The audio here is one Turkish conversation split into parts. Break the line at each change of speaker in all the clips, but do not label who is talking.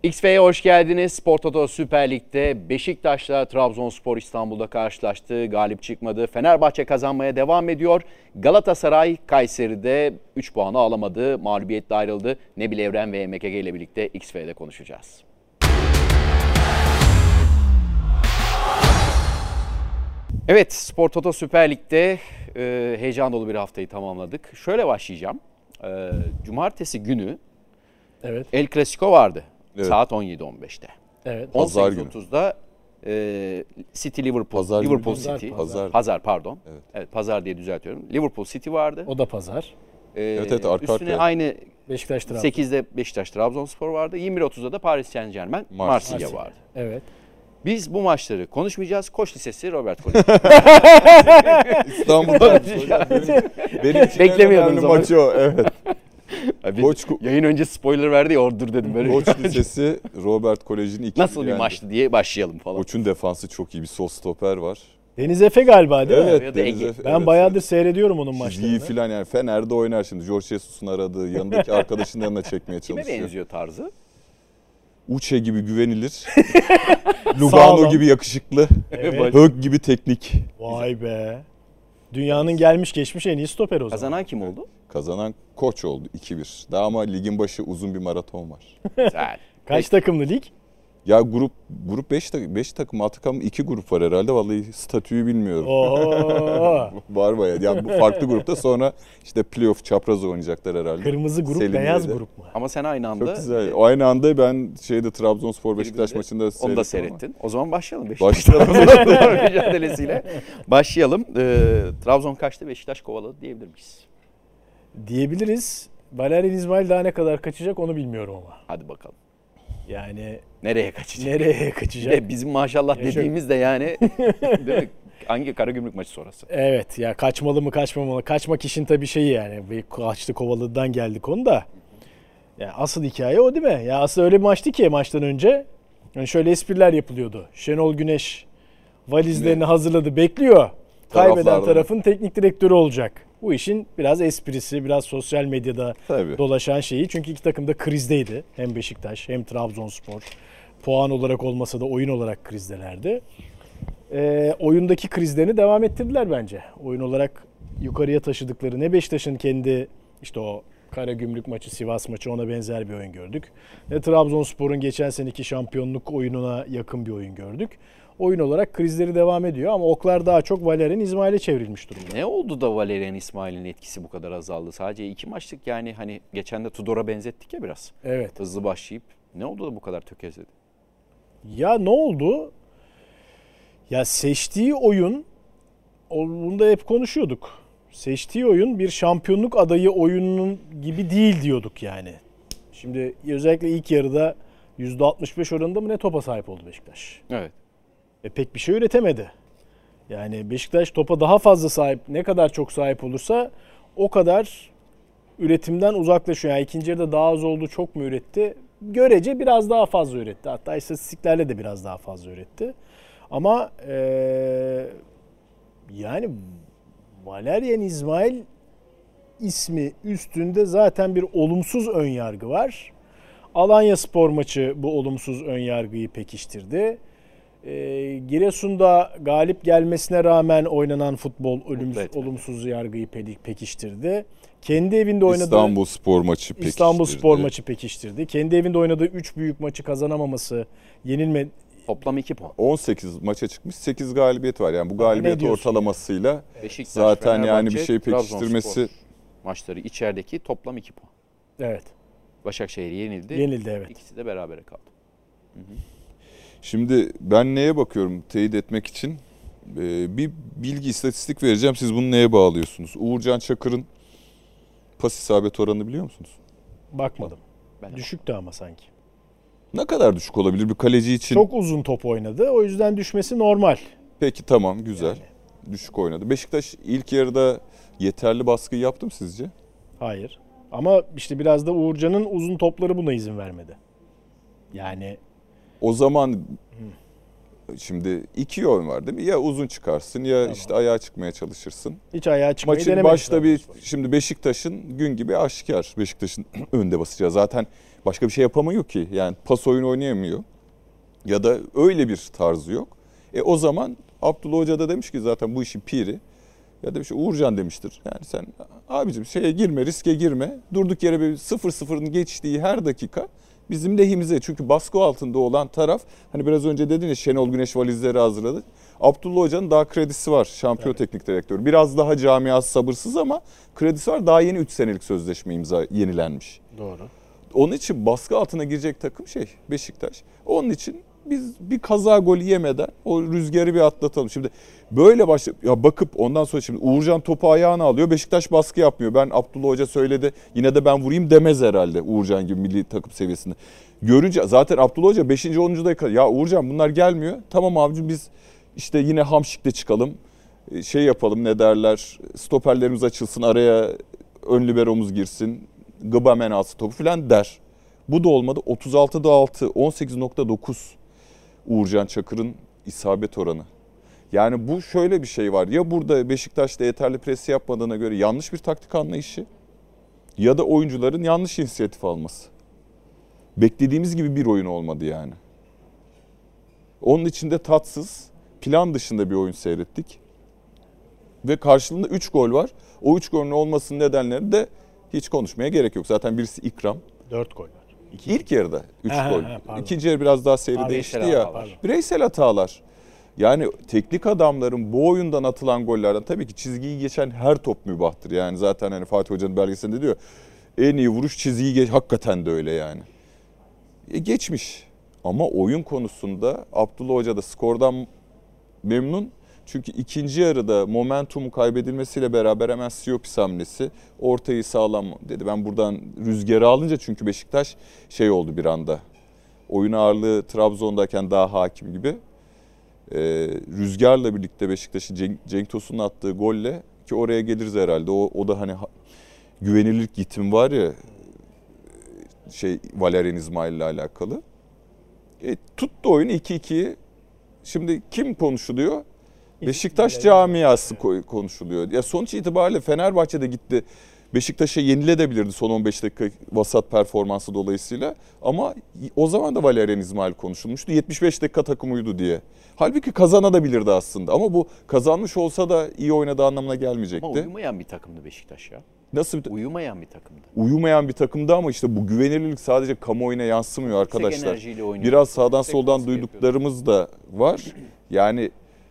XF'ye hoş geldiniz. Spor Toto Süper Lig'de Beşiktaş'la Trabzonspor İstanbul'da karşılaştı. Galip çıkmadı. Fenerbahçe kazanmaya devam ediyor. Galatasaray Kayseri'de 3 puanı alamadı. Mağlubiyetle ayrıldı. Nebil Evren ve MKG ile birlikte XF'de konuşacağız. Evet, Spor Toto Süper Lig'de heyecan dolu bir haftayı tamamladık. Şöyle başlayacağım. Cumartesi günü El Clasico vardı. Evet. Saat 17.15'te.
Evet.
18.30'da City Liverpool.
Pazar
Liverpool
günü.
City.
Pazar
pardon. Evet, pazar diye düzeltiyorum. Liverpool City vardı.
O da pazar.
Evet, arka üstüne aynı
Beşiktaş Trabzon.
8'de Beşiktaş Trabzonspor vardı. 21.30'da da Paris Saint-Germain Marsilya vardı.
Evet.
Biz bu maçları konuşmayacağız. Koç Lisesi Robert Koç.
İstanbul'da. Benim için
beklemiyordum zaman.
Maçı o. Evet.
Koç, yayın önce spoiler verdi ya, ordur dedim böyle.
Koç Lisesi Robert Kolej'in iki.
Nasıl bir maçtı diye başlayalım falan.
Koç'un defansı çok iyi, bir sol stoper var.
Deniz Efe galiba değil mi?
Evet, Deniz Efe.
Ben bayağıdır seyrediyorum onun maçlarını.
İyi filan yani. Fener'de oynar şimdi. George Jesus'un aradığı, yanındaki arkadaşlarına çekmeye çalışıyor.
Kime benziyor tarzı?
Uche gibi güvenilir. Lugano gibi yakışıklı.
Evet.
Hög gibi teknik.
Vay be. Dünyanın gelmiş geçmiş en iyi stoperi o zaman.
Kazanan kim oldu?
Kazanan Koç oldu 2-1. Daha ama ligin başı uzun bir maraton var.
Güzel.
Kaç takımlı lig?
Ya grup 5 takım, 6 takım, 2 grup var herhalde. Vallahi statüyü bilmiyorum.
Oo.
Var bayağı. Yani bu farklı grupta sonra işte playoff, çapraz oynayacaklar herhalde.
Kırmızı grup,
Selimiye'de.
beyaz grup mu?
Ama sen aynı anda...
Çok güzel. Aynı anda ben Trabzonspor Beşiktaş maçında seyrettim.
Onu da seyrettin. O zaman başlayalım.
Başlayalım.
Mücadelesiyle başlayalım. Trabzon kaçtı, Beşiktaş kovaladı diyebilir miyiz?
Diyebiliriz. Valerian İsmail daha ne kadar kaçacak onu bilmiyorum ama.
Hadi bakalım.
Yani
nereye kaçacak?
Nereye kaçacak?
Bizim maşallah dediğimiz de yani değil mi? Hangi Karagümrük maçı sonrası?
Evet ya, kaçmalı mı kaçmamalı? Kaçmak işin tabii şeyi yani. Bir kaçtı kovaladıdan geldi konu da. Yani asıl hikaye o değil mi? Ya aslında öyle bir maçtı ki maçtan önce. Yani şöyle espriler yapılıyordu. Şenol Güneş valizlerini hazırladı, bekliyor. Kaybeden tarafın teknik direktörü olacak. Bu işin biraz esprisi, biraz sosyal medyada dolaşan şeyi. Çünkü iki takım da krizdeydi. Hem Beşiktaş hem Trabzonspor. Puan olarak olmasa da oyun olarak krizdelerdi. Oyundaki krizlerini devam ettirdiler bence. Oyun olarak yukarıya taşıdıkları, ne Beşiktaş'ın kendi işte o Karagümrük maçı, Sivas maçı, ona benzer bir oyun gördük. Ne Trabzonspor'un geçen seneki şampiyonluk oyununa yakın bir oyun gördük. Oyun olarak krizleri devam ediyor ama oklar daha çok Valerian İsmail'e çevrilmiş durumda.
Ne oldu da Valerian İsmail'in etkisi bu kadar azaldı? Sadece 2 maçlık yani, hani geçen de Tudor'a benzettik ya biraz.
Evet.
Hızlı başlayıp ne oldu da bu kadar tökezledi?
Ya ne oldu? Ya seçtiği oyun, bunu da hep konuşuyorduk. Seçtiği oyun bir şampiyonluk adayı oyunun gibi değil diyorduk yani. Şimdi özellikle ilk yarıda %65 oranında mı ne topa sahip oldu Beşiktaş?
Evet.
Pek bir şey üretemedi. Yani Beşiktaş topa daha fazla sahip, ne kadar çok sahip olursa o kadar üretimden uzaklaşıyor. Yani ikinci yarıda daha az oldu, çok mu üretti? Görece biraz daha fazla üretti. Hatta istatistiklerle de biraz daha fazla üretti. Ama yani Valerian İsmail ismi üstünde zaten bir olumsuz önyargı var. Alanyaspor maçı bu olumsuz önyargıyı pekiştirdi. Giresun'da galip gelmesine rağmen oynanan futbol olumsuz yargıyı pekiştirdi. Kendi evinde oynadığı İstanbulspor maçı pekiştirdi. Kendi evinde oynadığı 3 büyük maçı kazanamaması,
toplam 2 puan.
18 maça çıkmış, 8 galibiyet var. Yani bu galibiyet ortalamasıyla
Beşiktaş,
zaten yani bir şey pekiştirmesi.
Maçları içerideki toplam 2 puan.
Evet.
Başakşehir yenildi.
Yenildi, evet.
İkisi de berabere kaldı. Hı-hı.
Şimdi ben neye bakıyorum teyit etmek için? Bir bilgi, istatistik vereceğim. Siz bunu neye bağlıyorsunuz? Uğurcan Çakır'ın pas isabet oranını biliyor musunuz?
Bakmadım. Düşüktü ama sanki.
Ne kadar düşük olabilir bir kaleci için?
Çok uzun top oynadı. O yüzden düşmesi normal.
Peki, tamam, güzel. Yani. Düşük oynadı. Beşiktaş ilk yarıda yeterli baskıyı yaptı mı sizce?
Hayır. Ama işte biraz da Uğurcan'ın uzun topları buna izin vermedi. Yani
o zaman Şimdi iki yön var değil mi? Ya uzun çıkarsın ya işte ayağa çıkmaya çalışırsın.
Hiç ayağa çıkmayı
Maçın
denemedik
başta bir
Trabzonspor.
şimdi Beşiktaş'ın gün gibi aşikar. Beşiktaş'ın önde basacağı. Zaten başka bir şey yapamıyor ki. Yani pas oyunu oynayamıyor. Ya da öyle bir tarzı yok. O zaman Abdullah Hoca da demiş ki zaten bu işin piri. Ya demiş Uğurcan demiştir. Yani sen abicim şeye girme, riske girme. Durduk yere bir 0-0'ın geçtiği her dakika bizim lehimize. Çünkü baskı altında olan taraf, hani biraz önce dedin ya Şenol Güneş valizleri hazırladı. Abdullah Hoca'nın daha kredisi var. Şampiyon teknik direktörü. Biraz daha camiası sabırsız ama kredisi var. Daha yeni 3 senelik sözleşme yenilenmiş.
Doğru.
Onun için baskı altına girecek takım Beşiktaş. Onun için biz bir kaza gol yemeden o rüzgarı bir atlatalım. Şimdi böyle bakıp ondan sonra şimdi Uğurcan topu ayağına alıyor. Beşiktaş baskı yapmıyor. Ben Abdullah Hoca söyledi yine de ben vurayım demez herhalde Uğurcan gibi milli takım seviyesinde. Görünce zaten Abdullah Hoca 5. 10. dakika ya Uğurcan bunlar gelmiyor. Tamam abicim biz işte yine hamşikle çıkalım. Yapalım ne derler stoperlerimiz açılsın araya ön liberomuz girsin. Gıbamen alsın topu falan der. Bu da olmadı. 36'da 6, 18.9 Uğurcan Çakır'ın isabet oranı. Yani bu şöyle bir şey var. Ya burada Beşiktaş'ta yeterli pres yapmadığına göre yanlış bir taktik anlayışı ya da oyuncuların yanlış inisiyatif alması. Beklediğimiz gibi bir oyun olmadı yani. Onun içinde tatsız, plan dışında bir oyun seyrettik. Ve karşılığında 3 gol var. O 3 golün olmasının nedenleri de hiç konuşmaya gerek yok. Zaten birisi İkram.
4 gol var.
İlk yarıda 3 gol.
Pardon.
İkinci yarı biraz daha seyri değişti ya. Bireysel hatalar. Yani teknik adamların bu oyundan atılan gollerden tabii ki çizgiyi geçen her top mübahtır. Yani zaten hani Fatih Hoca'nın belgeselinde diyor en iyi vuruş çizgiyi geç. Hakikaten de öyle yani. Geçmiş. Ama oyun konusunda Abdullah Hoca da skordan memnun. Çünkü ikinci yarıda momentumu kaybedilmesiyle beraber hemen Siopis hamlesi ortayı sağlam dedi. Ben buradan rüzgarı alınca çünkü Beşiktaş oldu bir anda. Oyun ağırlığı Trabzon'dayken daha hakim gibi. Rüzgarla birlikte Beşiktaş'ın Cenk Tosun'un attığı golle ki oraya geliriz herhalde. O da hani güvenilirlik gitimi var ya Valerian İsmail ile alakalı. Tuttu oyunu 2-2'yi. Şimdi kim konuşuluyor? Beşiktaş camiası konuşuluyor. Ya sonuç itibariyle Fenerbahçe'de gitti. Beşiktaş'a yenilebilirdi son 15 dakika vasat performansı dolayısıyla. Ama o zaman da Valerian İsmail konuşulmuştu. 75 dakika takım uyudu diye. Halbuki kazanabilirdi aslında. Ama bu kazanmış olsa da iyi oynadığı anlamına gelmeyecekti.
Ama uyumayan bir takımdı Beşiktaş ya.
Nasıl
Uyumayan bir takımdı.
Uyumayan bir takımdı ama işte bu güvenilirlik sadece kamuoyuna yansımıyor arkadaşlar. Biraz sağdan soldan duyduklarımız da var. Yani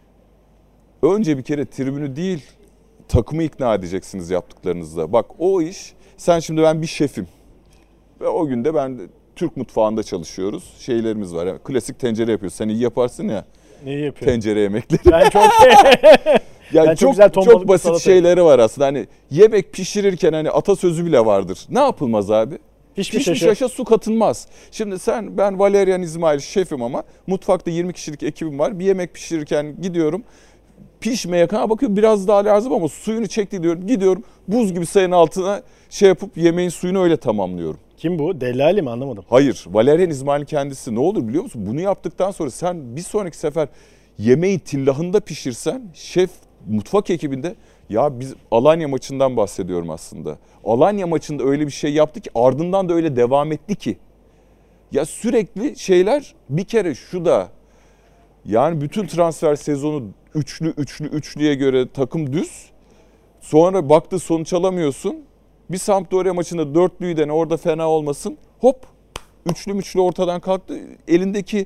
önce bir kere tribünü değil takımı ikna edeceksiniz yaptıklarınızda. Bak o iş şimdi ben bir şefim ve o gün de ben Türk mutfağında çalışıyoruz. Şeylerimiz var. Yani klasik tencere yapıyoruz. Sen iyi yaparsın ya.
Neyi yapıyorsun?
Tencere yemekleri.
Ben çok
Yani
ben
çok
güzel
çok basit şeyleri var aslında. Hani yemek pişirirken hani atasözü bile vardır. Ne yapılmaz abi? Pişmiş aşa su katılmaz. Şimdi ben Valerian İsmail şefim ama mutfakta 20 kişilik ekibim var. Bir yemek pişirirken gidiyorum. Pişmeye yakına bakıyorum biraz daha lazım ama suyunu çekti diyorum. Gidiyorum buz gibi sayının altına yapıp yemeğin suyunu öyle tamamlıyorum.
Kim bu? Delali mi? Anlamadım.
Hayır. Valerian İsmail'in kendisi ne olur biliyor musun? Bunu yaptıktan sonra sen bir sonraki sefer yemeği tillahında pişirsen şef mutfak ekibinde ya biz Alanya maçından bahsediyorum aslında. Alanya maçında öyle bir şey yaptı ki ardından da öyle devam etti ki. Ya sürekli şeyler bir kere şu da yani bütün transfer sezonu üçlüye göre takım düz. Sonra baktı sonuç alamıyorsun. Bir Sampdoria maçında dörtlüyü orada fena olmasın. Hop üçlü ortadan kalktı. Elindeki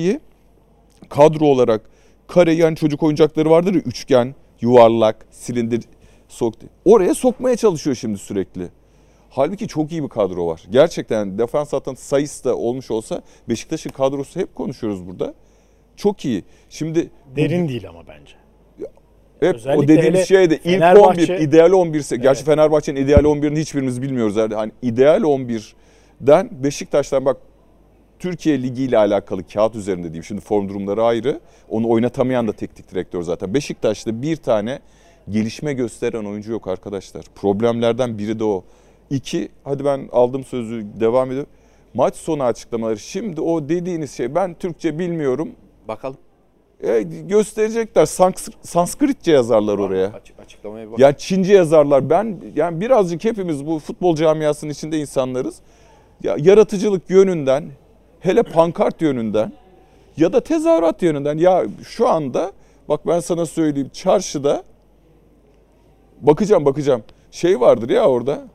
kadro olarak kare yani çocuk oyuncakları vardır ya üçgen, yuvarlak, silindir soktu. Oraya sokmaya çalışıyor şimdi sürekli. Halbuki çok iyi bir kadro var. Gerçekten defans hattının sayısı da olmuş olsa Beşiktaş'ın kadrosu hep konuşuyoruz burada. Çok iyi. Şimdi
derin değil ama bence.
Hep
özellikle
o dediğimiz ilk
Fenerbahçe...
11, ideal 11 ise gerçi
Evet.
Fenerbahçe'nin ideal 11'ini hiçbirimiz bilmiyoruz. Yani hani ideal 11'den Beşiktaş'tan bak Türkiye Ligi ile alakalı kağıt üzerinde diyeyim. Şimdi form durumları ayrı. Onu oynatamayan da teknik direktör zaten. Beşiktaş'ta bir tane gelişme gösteren oyuncu yok arkadaşlar. Problemlerden biri de o. 2, hadi ben aldım sözü devam ediyorum. Maç sonu açıklamaları. Şimdi o dediğiniz ben Türkçe bilmiyorum.
Bakalım.
Gösterecekler. Sanskritçe yazarlar oraya.
Açıklamaya bak.
Yani Çince yazarlar. Yani birazcık hepimiz bu futbol camiasının içinde insanlarız. Ya yaratıcılık yönünden, hele pankart yönünden ya da tezahürat yönünden, ya şu anda bak ben sana söyleyeyim, çarşıda bakacağım. Şey vardır ya orada.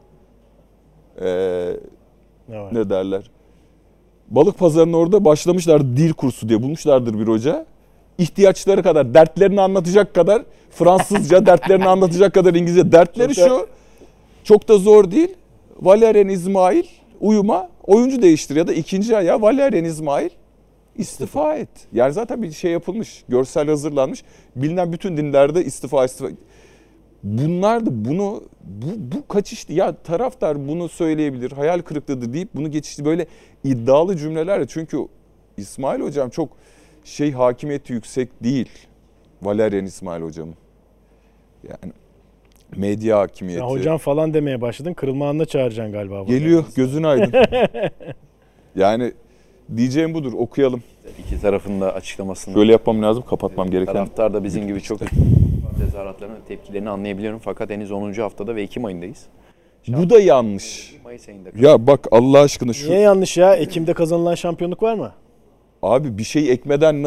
Ne derler? Balık pazarının orada başlamışlar dil kursu diye, bulmuşlardır bir hoca. İhtiyaçları kadar, dertlerini anlatacak kadar Fransızca, dertlerini anlatacak kadar İngilizce. Dertleri şu, çok da zor değil. Valerian İsmail uyuma, oyuncu değiştir ya da ikinci ayağı Valerian İsmail istifa et. Yani zaten bir şey yapılmış, görsel hazırlanmış. Bilinen bütün dinlerde istifa. Bunlar da bu kaçıştı. Ya taraftar bunu söyleyebilir, hayal kırıklığıdır deyip bunu geçişti böyle iddialı cümlelerle. Çünkü İsmail hocam çok hakimiyeti yüksek değil. Valerian İsmail hocamın. Yani medya hakimiyeti.
Ya hocam falan demeye başladın. Kırılma anına çağıracaksın galiba.
Geliyor, gözün aydın. Yani diyeceğim budur, okuyalım.
İki tarafın da açıklamasını.
Böyle yapmam lazım, kapatmam gereken.
Taraftar da bizim gibi çok tezahüratlarını, tepkilerini anlayabiliyorum. Fakat henüz 10. haftada ve Ekim ayındayız.
Bu da yanlış.
Mayıs ayında.
Ya bak Allah aşkına şu...
Niye yanlış ya? Ekim'de kazanılan şampiyonluk var mı?
Abi bir şey ekmeden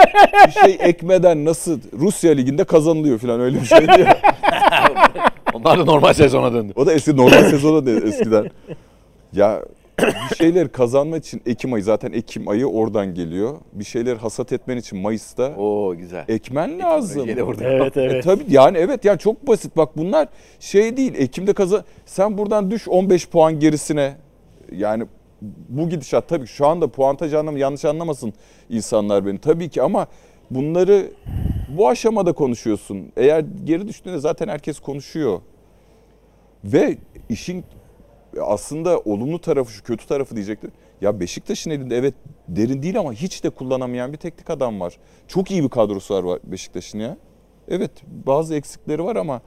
nasıl Rusya Ligi'nde kazanılıyor falan, öyle bir şey diyor.
Onlar da normal sezona döndü.
O da eski normal sezona değil eskiden. Ya bir şeyler kazanmak için Ekim ayı, zaten Ekim ayı oradan geliyor. Bir şeyler hasat etmen için Mayıs'ta
Oo güzel.
ekmen lazım.
Evet.
Tabii yani çok basit. Bak bunlar değil. Ekim'de sen buradan düş 15 puan gerisine. Yani bu gidişat tabii şu anda puantaj anlamı, yanlış anlamasın insanlar beni. Tabii ki ama bunları bu aşamada konuşuyorsun. Eğer geri düştüğünde zaten herkes konuşuyor. Ve işin aslında olumlu tarafı şu, kötü tarafı diyecektim. Ya Beşiktaş'ın elinde evet derin değil ama hiç de kullanamayan bir teknik adam var. Çok iyi bir kadrosu var Beşiktaş'ın ya. Evet bazı eksikleri var ama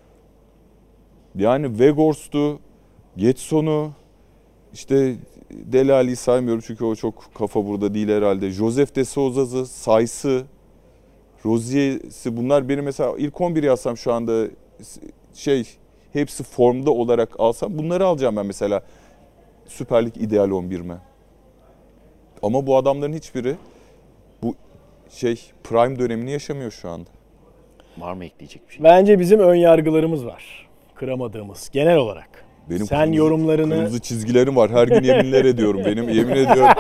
yani Weghorst'u, Getson'u, işte Dele Alli'yi saymıyorum çünkü o çok kafa burada değil herhalde. Josef de Souza'sı, Says'ı, Rozier'si, bunlar benim mesela ilk 11 yazsam şu anda hepsi formda olarak alsam bunları alacağım ben mesela Süper Lig ideal 11'me. Ama bu adamların hiçbiri bu prime dönemini yaşamıyor şu anda.
Var mı ekleyecek bir şey?
Bence bizim ön yargılarımız var. Kıramadığımız genel olarak.
Benim
sen yorumlarını...
Kırmızı çizgilerim var. Her gün yeminler ediyorum. Yemin ediyorum.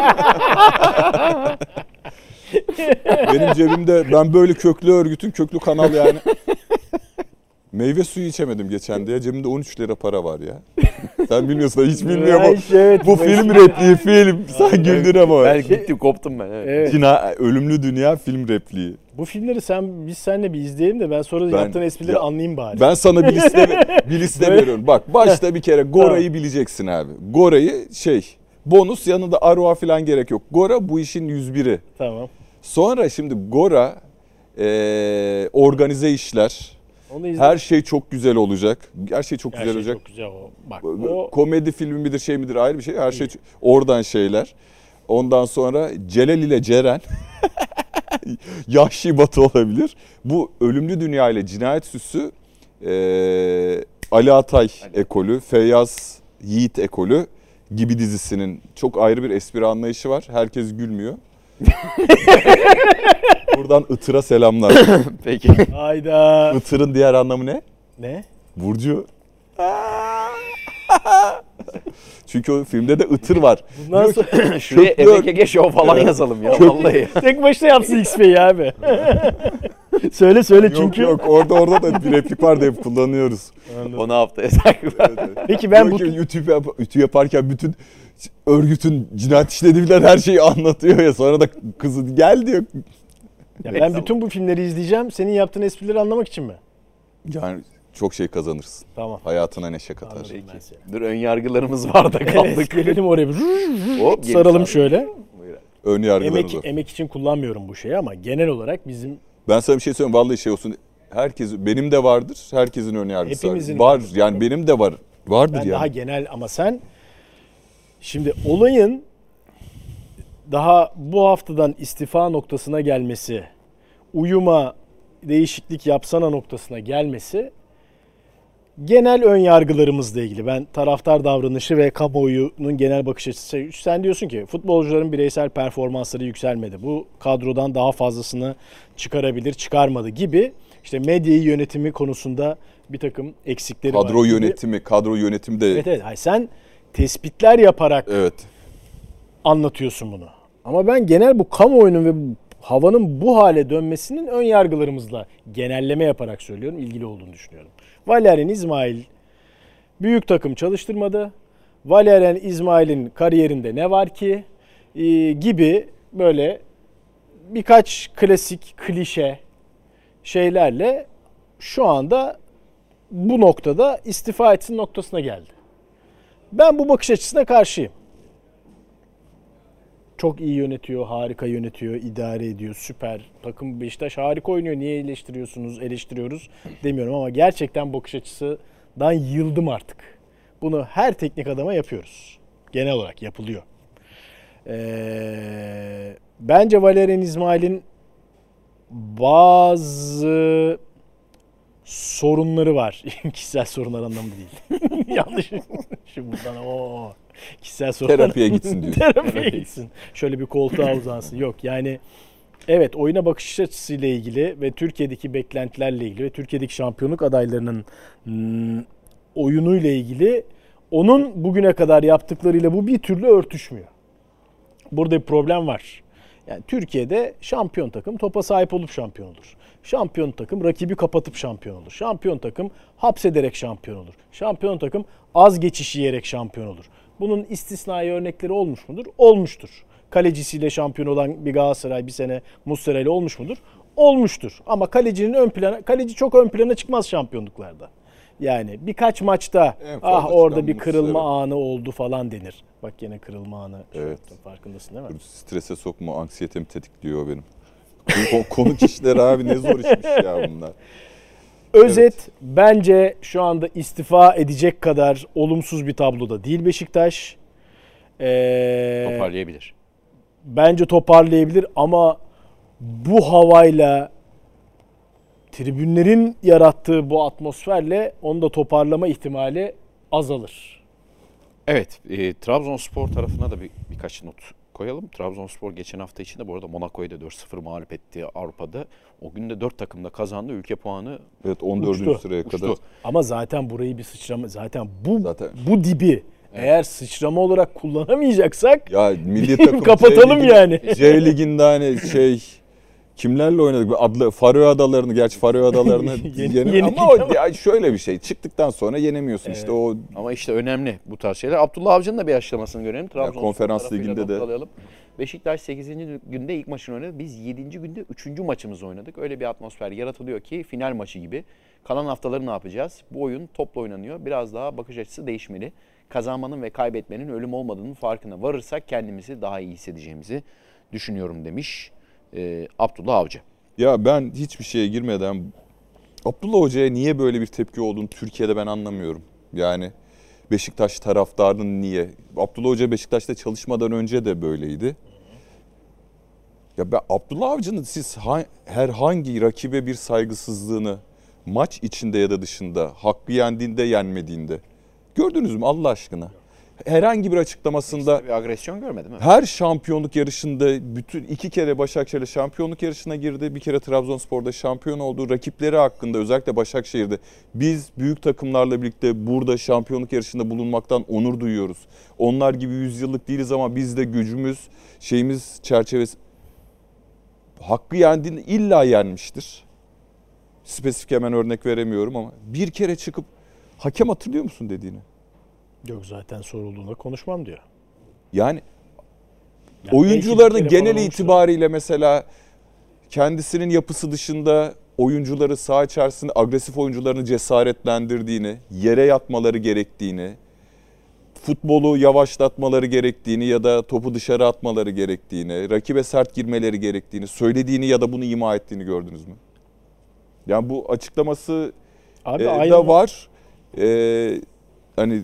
Benim cebimde ben böyle köklü örgütün köklü kanal yani. Meyve suyu içemedim geçen diye. Cebimde 13 lira para var ya. Sen bilmiyorsun, hiç bilmiyorum.
Evet,
bu film repliği film. Sen güldün ama.
Ben gittim, koptum ben. Evet.
Ölümlü Dünya film repliği.
Bu filmleri biz seninle bir izleyelim de ben sonra yaptığın esprileri anlayayım bari.
Ben sana bir liste veriyorum. Bak başta bir kere Gora'yı bileceksin abi. Gora'yı bonus, yanında Aroa falan gerek yok. Gora bu işin 101'i.
Tamam.
Sonra şimdi Gora organize işler. Her şey çok güzel olacak. Her şey çok güzel olacak.
Çok güzel o. Bak,
komedi filmi midir midir ayrı bir şey. Her şey oradan şeyler. Ondan sonra Celal ile Ceren. Yahşi Batı olabilir. Bu Ölümlü Dünya ile Cinayet Süsü, Ali Atay ekolü, Feyyaz Yiğit ekolü gibi dizisinin çok ayrı bir espri anlayışı var. Herkes gülmüyor. Buradan Itır'a selamlar.
Peki.
Hayda.
Itır'ın diğer anlamı ne?
Ne?
Burcu. Çünkü o filmde de Itır var.
Bundan sonra
şuraya Emekege Show falan yazalım ya vallahi.
Tek başına yapsın X-Bey abi. söyle çünkü.
Yok orada da bir replik var da hep kullanıyoruz.
Onu haftaya sakla.
Peki ben bu
ütü yaparken bütün örgütün cinayet işlediği bilen her şeyi anlatıyor ya, sonra da kızı gel diyor.
Ya ben bütün bu filmleri izleyeceğim senin yaptığın esprileri anlamak için mi?
Yani çok şey kazanırsın.
Tamam.
Hayatına neşe katar.
Dur, ön yargılarımız var da kaldık.
Evet, gelelim oraya bir
Hop,
saralım şöyle.
Ön yargılarımız var.
Emek için kullanmıyorum bu şeyi ama genel olarak bizim...
Ben sana bir şey söyleyeyim, vallahi olsun. Benim de vardır. Herkesin ön yargısı
hepimizin
var. Yani benim de vardır
ben
yani.
Daha genel ama sen şimdi olayın daha bu haftadan istifa noktasına gelmesi, uyuma, değişiklik yapsana noktasına gelmesi genel ön yargılarımızla ilgili. Ben taraftar davranışı ve kamuoyunun genel bakış açısı. Sen diyorsun ki futbolcuların bireysel performansları yükselmedi. Bu kadrodan daha fazlasını çıkarabilir, çıkarmadı gibi. İşte medyayı yönetimi konusunda bir takım eksikleri var.
Kadro yönetimi de.
Evet. Hayır, sen tespitler yaparak
Evet.
anlatıyorsun bunu. Ama ben genel bu kamuoyunun ve havanın bu hale dönmesinin ön yargılarımızla genelleme yaparak söylüyorum, ilgili olduğunu düşünüyorum. Valerian İsmail büyük takım çalıştırmadı. Valerian İsmail'in kariyerinde ne var ki gibi böyle birkaç klasik, klişe şeylerle şu anda bu noktada istifa etsin noktasına geldi. Ben bu bakış açısına karşıyım. Çok iyi yönetiyor, harika yönetiyor, idare ediyor, süper. Takım Beşiktaş harika oynuyor. Niye eleştiriyoruz demiyorum ama gerçekten bakış açısından yıldım artık. Bunu her teknik adama yapıyoruz. Genel olarak yapılıyor. Bence Valerian İsmail'in bazı sorunları var. Kişisel sorunlar anlamında değil. Yanlış. Şimdi buradan kişisel sorunlar.
Terapiye gitsin diyor.
Terapiye gitsin. Şöyle bir koltuğa uzansın. Yok yani evet, oyuna bakış açısıyla ilgili ve Türkiye'deki beklentilerle ilgili ve Türkiye'deki şampiyonluk adaylarının oyunuyla ilgili onun bugüne kadar yaptıklarıyla bu bir türlü örtüşmüyor. Burada bir problem var. Yani Türkiye'de şampiyon takım topa sahip olup şampiyon olur. Şampiyon takım rakibi kapatıp şampiyon olur. Şampiyon takım hapsederek şampiyon olur. Şampiyon takım az geçiş yiyerek şampiyon olur. Bunun istisnai örnekleri olmuş mudur? Olmuştur. Kalecisiyle şampiyon olan bir Galatasaray bir sene Muslera ile olmuş mudur? Olmuştur. Ama kaleci çok ön plana çıkmaz şampiyonluklarda. Yani birkaç maçta orada bir kırılma anı oldu falan denir. Bak yine kırılma anı.
Evet.
Farkındasın değil mi?
Strese sokma, anksiyetemi tetikliyor benim. Konuk işler abi, ne zor işmiş ya bunlar.
Özet, bence şu anda istifa edecek kadar olumsuz bir tabloda değil Beşiktaş.
Toparlayabilir.
Bence toparlayabilir ama bu havayla, tribünlerin yarattığı bu atmosferle onu da toparlama ihtimali azalır.
Evet, Trabzonspor tarafına da birkaç not koyalım. Trabzonspor geçen hafta içinde bu arada Monaco'yu da 4-0 mağlup etti Avrupa'da. O gün de 4 takım da kazandı. Ülke puanı
evet 14. sıraya kadar.
Ama zaten burayı bir sıçrama, bu dibi eğer sıçrama olarak kullanamayacaksak
ya milli takım
kapatalım yani.
C Ligi'nde hani kimlerle oynadık? Faroe Adaları'nı, gerçi Faroe Adaları'nı ama şöyle bir şey. Çıktıktan sonra yenemiyorsun işte o.
Ama işte önemli bu tarz şeyler. Abdullah Avcı'nın da bir açıklamasını görelim.
Konferans Ligi'nde de.
Alalım. Beşiktaş 8. günde ilk maçını oynadı. Biz 7. günde 3. maçımızı oynadık. Öyle bir atmosfer yaratılıyor ki final maçı gibi. Kalan haftaları ne yapacağız? Bu oyun topla oynanıyor. Biraz daha bakış açısı değişmeli. Kazanmanın ve kaybetmenin ölüm olmadığının farkına varırsak kendimizi daha iyi hissedeceğimizi düşünüyorum demiş Abdullah Avcı.
Ya ben hiçbir şeye girmeden Abdullah Hoca'ya niye böyle bir tepki olduğunu Türkiye'de ben anlamıyorum. Yani Beşiktaş taraftarının niye? Abdullah Hoca Beşiktaş'ta çalışmadan önce de böyleydi. Ya ben Abdullah Avcı'nın siz herhangi rakibe bir saygısızlığını maç içinde ya da dışında, hakkı yendiğinde yenmediğinde gördünüz mü Allah aşkına? Herhangi bir açıklamasında
bir agresyon görmedim mi?
Her şampiyonluk yarışında bütün 2 kere Başakşehir'le şampiyonluk yarışına girdi. Bir kere Trabzonspor'da şampiyon oldu. Rakipleri hakkında özellikle Başakşehir'de biz büyük takımlarla birlikte burada şampiyonluk yarışında bulunmaktan onur duyuyoruz. Onlar gibi 100 yıllık değiliz ama biz de gücümüz, çerçevesi hakkı yendiğinde illa yenmiştir. Spesifik hemen örnek veremiyorum ama bir kere çıkıp hakem hatırlıyor musun dediğini?
Yok zaten sorulduğunda konuşmam diyor.
Yani oyuncuların genel
olmuştur.
itibariyle mesela kendisinin yapısı dışında oyuncuları saha içerisinde agresif oyuncularını cesaretlendirdiğini, yere yatmaları gerektiğini, futbolu yavaşlatmaları gerektiğini ya da topu dışarı atmaları gerektiğini, rakibe sert girmeleri gerektiğini söylediğini ya da bunu ima ettiğini gördünüz mü? Yani bu açıklaması da var. Hani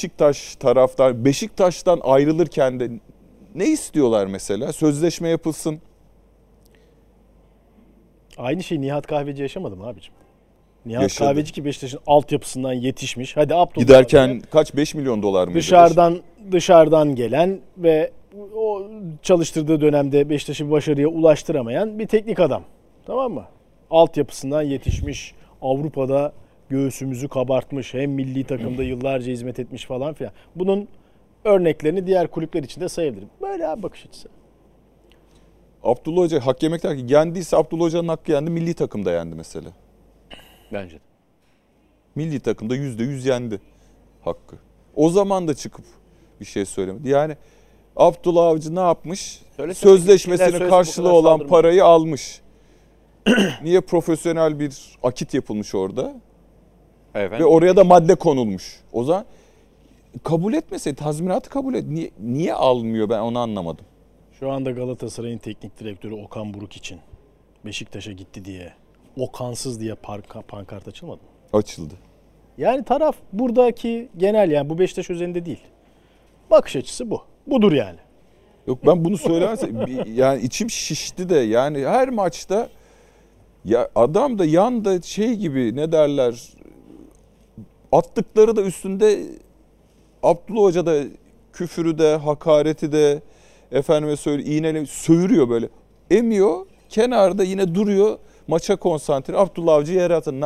Beşiktaş'tan ayrılırken de ne istiyorlar mesela? Sözleşme yapılsın.
Aynı şeyi Nihat Kahveci yaşamadı mı abicim? Nihat
Yaşadı.
Kahveci ki Beşiktaş'ın altyapısından yetişmiş. Hadi Abdullah
Giderken
abi,
kaç 5 milyon dolar mıydı?
dışarıdan gelen ve o çalıştırdığı dönemde Beşiktaş'ı bir başarıya ulaştıramayan bir teknik adam. Tamam mı? Altyapısından yetişmiş. Avrupa'da göğsümüzü kabartmış. Hem milli takımda yıllarca hizmet etmiş falan filan. Bunun örneklerini diğer kulüpler için de sayabilirim. Böyle abi bakış açısı.
Abdullah Hoca hak yemek derken yendiyse Abdullah Hoca'nın hakkı yendi. Milli takımda yendi mesela.
Bence de.
Milli takımda %100 yendi hakkı. O zaman da çıkıp bir şey söylemedi. Yani Abdullah Avcı ne yapmış?
Söylesene,
Sözleşmesinin
söylesin, bu
karşılığı
kadar
olan
saldırma.
parayı almış. Niye profesyonel bir akit yapılmış orada?
Efendim?
Ve oraya da madde konulmuş. O zaman kabul etmeseydi, tazminatı kabul et. Niye almıyor, ben onu anlamadım.
Şu anda Galatasaray'ın teknik direktörü Okan Buruk için Beşiktaş'a gitti diye, Okansız diye pankart açılmadı mı?
Açıldı.
Yani taraf buradaki genel, yani bu Beşiktaş özelinde değil. Bakış açısı bu. Budur yani.
Yok, ben bunu söylemezsem yani içim şişti de, yani her maçta ya adam da yanda şey gibi, ne derler, attıkları da üstünde Abdullah Hoca da küfürü de hakareti de efendime söyle iğneyle söğürüyor böyle. Emiyor, kenarda yine duruyor, maça konsantre. Abdullah Avcı yere atın.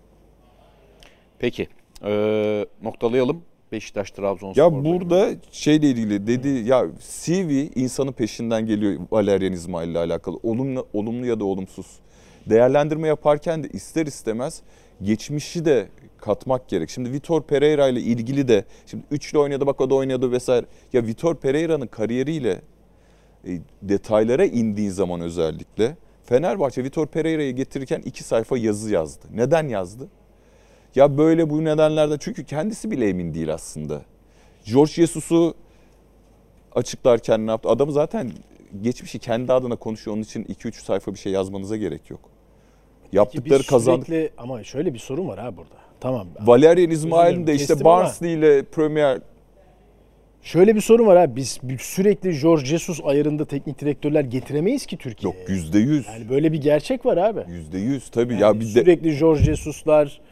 Peki. Noktalayalım. Beşiktaş Trabzonspor.
Ya burada şeyle ilgili dedi ya, CV insanın peşinden geliyor Valerian İsmail ile alakalı. Olumlu ya da olumsuz. Değerlendirme yaparken de ister istemez geçmişi de katmak gerek. Şimdi Vitor Pereira ile ilgili de, şimdi üçlü oynadı, bak o da oynadı vesaire. Ya Vitor Pereira'nın kariyeriyle detaylara indiği zaman özellikle Fenerbahçe Vitor Pereira'yı getirirken 2 sayfa yazı yazdı. Neden yazdı? Ya böyle bu nedenlerden, çünkü kendisi bile emin değil aslında. Jorge Jesus'u açıklarken ne yaptı? Adamı zaten geçmişi kendi adına konuşuyor. Onun için 2-3 sayfa bir şey yazmanıza gerek yok. Yaptıkları
Biz
kazandık.
sürekli, ama şöyle bir sorun var ha burada. Tamam.
Valerian İsmail'in de işte
kestim ama
Barnsley ile Premier...
Şöyle bir sorun var ha. Biz sürekli Jorge Jesus ayarında teknik direktörler getiremeyiz ki Türkiye'ye.
Yok, %100.
Yani böyle bir gerçek var abi.
%100 tabii.
Yani
Ya bir de
sürekli Jorge Jesus'lar,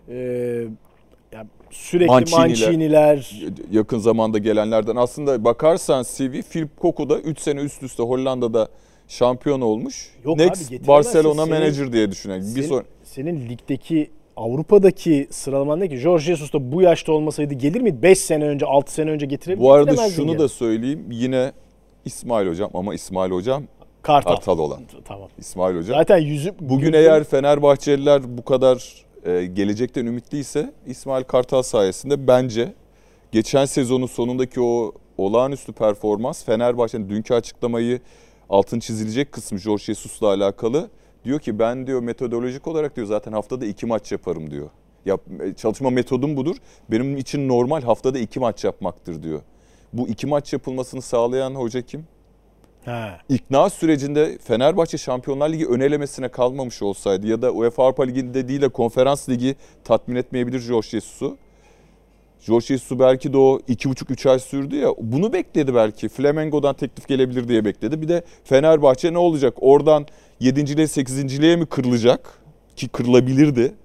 ya sürekli
Mancini'ler.
Mancini'ler.
yakın zamanda gelenlerden aslında bakarsan CV, Philip Cocu da 3 sene üst üste Hollanda'da şampiyon olmuş.
Yok abi,
Next
getiremezsin.
Barcelona
Senin-
manager diye düşünelim.
Senin ligdeki, Avrupa'daki sıralamandaki Jorge Jesus da bu yaşta olmasaydı gelir miydi? 5 sene önce, 6 sene önce getirebilir
Bu arada
getiremezdin
şunu
yani.
da söyleyeyim. Yine İsmail Hocam, ama İsmail Hocam
Kartal.
Kartal olan.
Tamam.
İsmail Hocam.
Zaten yüzü...
Bugün eğer Fenerbahçeliler bu kadar gelecekten ümitliyse İsmail Kartal sayesinde, bence geçen sezonun sonundaki o olağanüstü performans, Fenerbahçe'nin dünkü açıklamayı, altın çizilecek kısmı Jorge Jesus'la alakalı. Diyor ki ben diyor metodolojik olarak diyor zaten haftada 2 maç yaparım diyor. Çalışma metodum budur. Benim için normal haftada 2 maç yapmaktır diyor. Bu 2 maç yapılmasını sağlayan hoca kim?
Ha.
İkna sürecinde Fenerbahçe Şampiyonlar Ligi ön elemesine kalmamış olsaydı ya da UEFA Avrupa Ligi'nde değil de Konferans Ligi tatmin etmeyebilir Jorge Jesus'u. Jorge Jesus belki de o 2,5-3 ay sürdü ya, bunu bekledi belki. Flamengo'dan teklif gelebilir diye bekledi. Bir de Fenerbahçe ne olacak? Oradan 7.liğe 8.liğe mi kırılacak? Ki kırılabilirdi.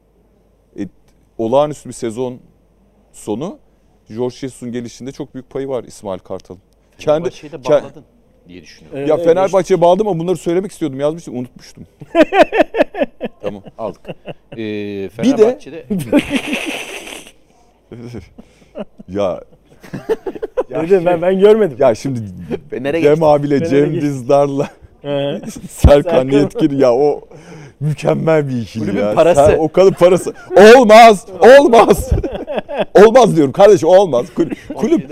Olağanüstü bir sezon sonu. Jorge Jesus'un gelişinde çok büyük payı var İsmail Kartal'ın.
Fenerbahçe'yi de bağladın diye düşünüyorum.
Evet,
Ya
evet,
Fenerbahçe'ye bağladım ama bunları söylemek istiyordum. Yazmıştım, unutmuştum. Tamam.
Aldık. Fenerbahçe'de
Ya
Dedim ben görmedim.
ya şimdi
Fener'e
Cem
geçti.
abiyle
Fener'e
Cem
geçti.
Dizdar'la
Hı.
Serkan Yetkin, ya o mükemmel bir ikili
Kulübün
ya.
parası.
O kadar parası. Olmaz. Olmaz. Olmaz diyorum kardeşim, olmaz. Kulüp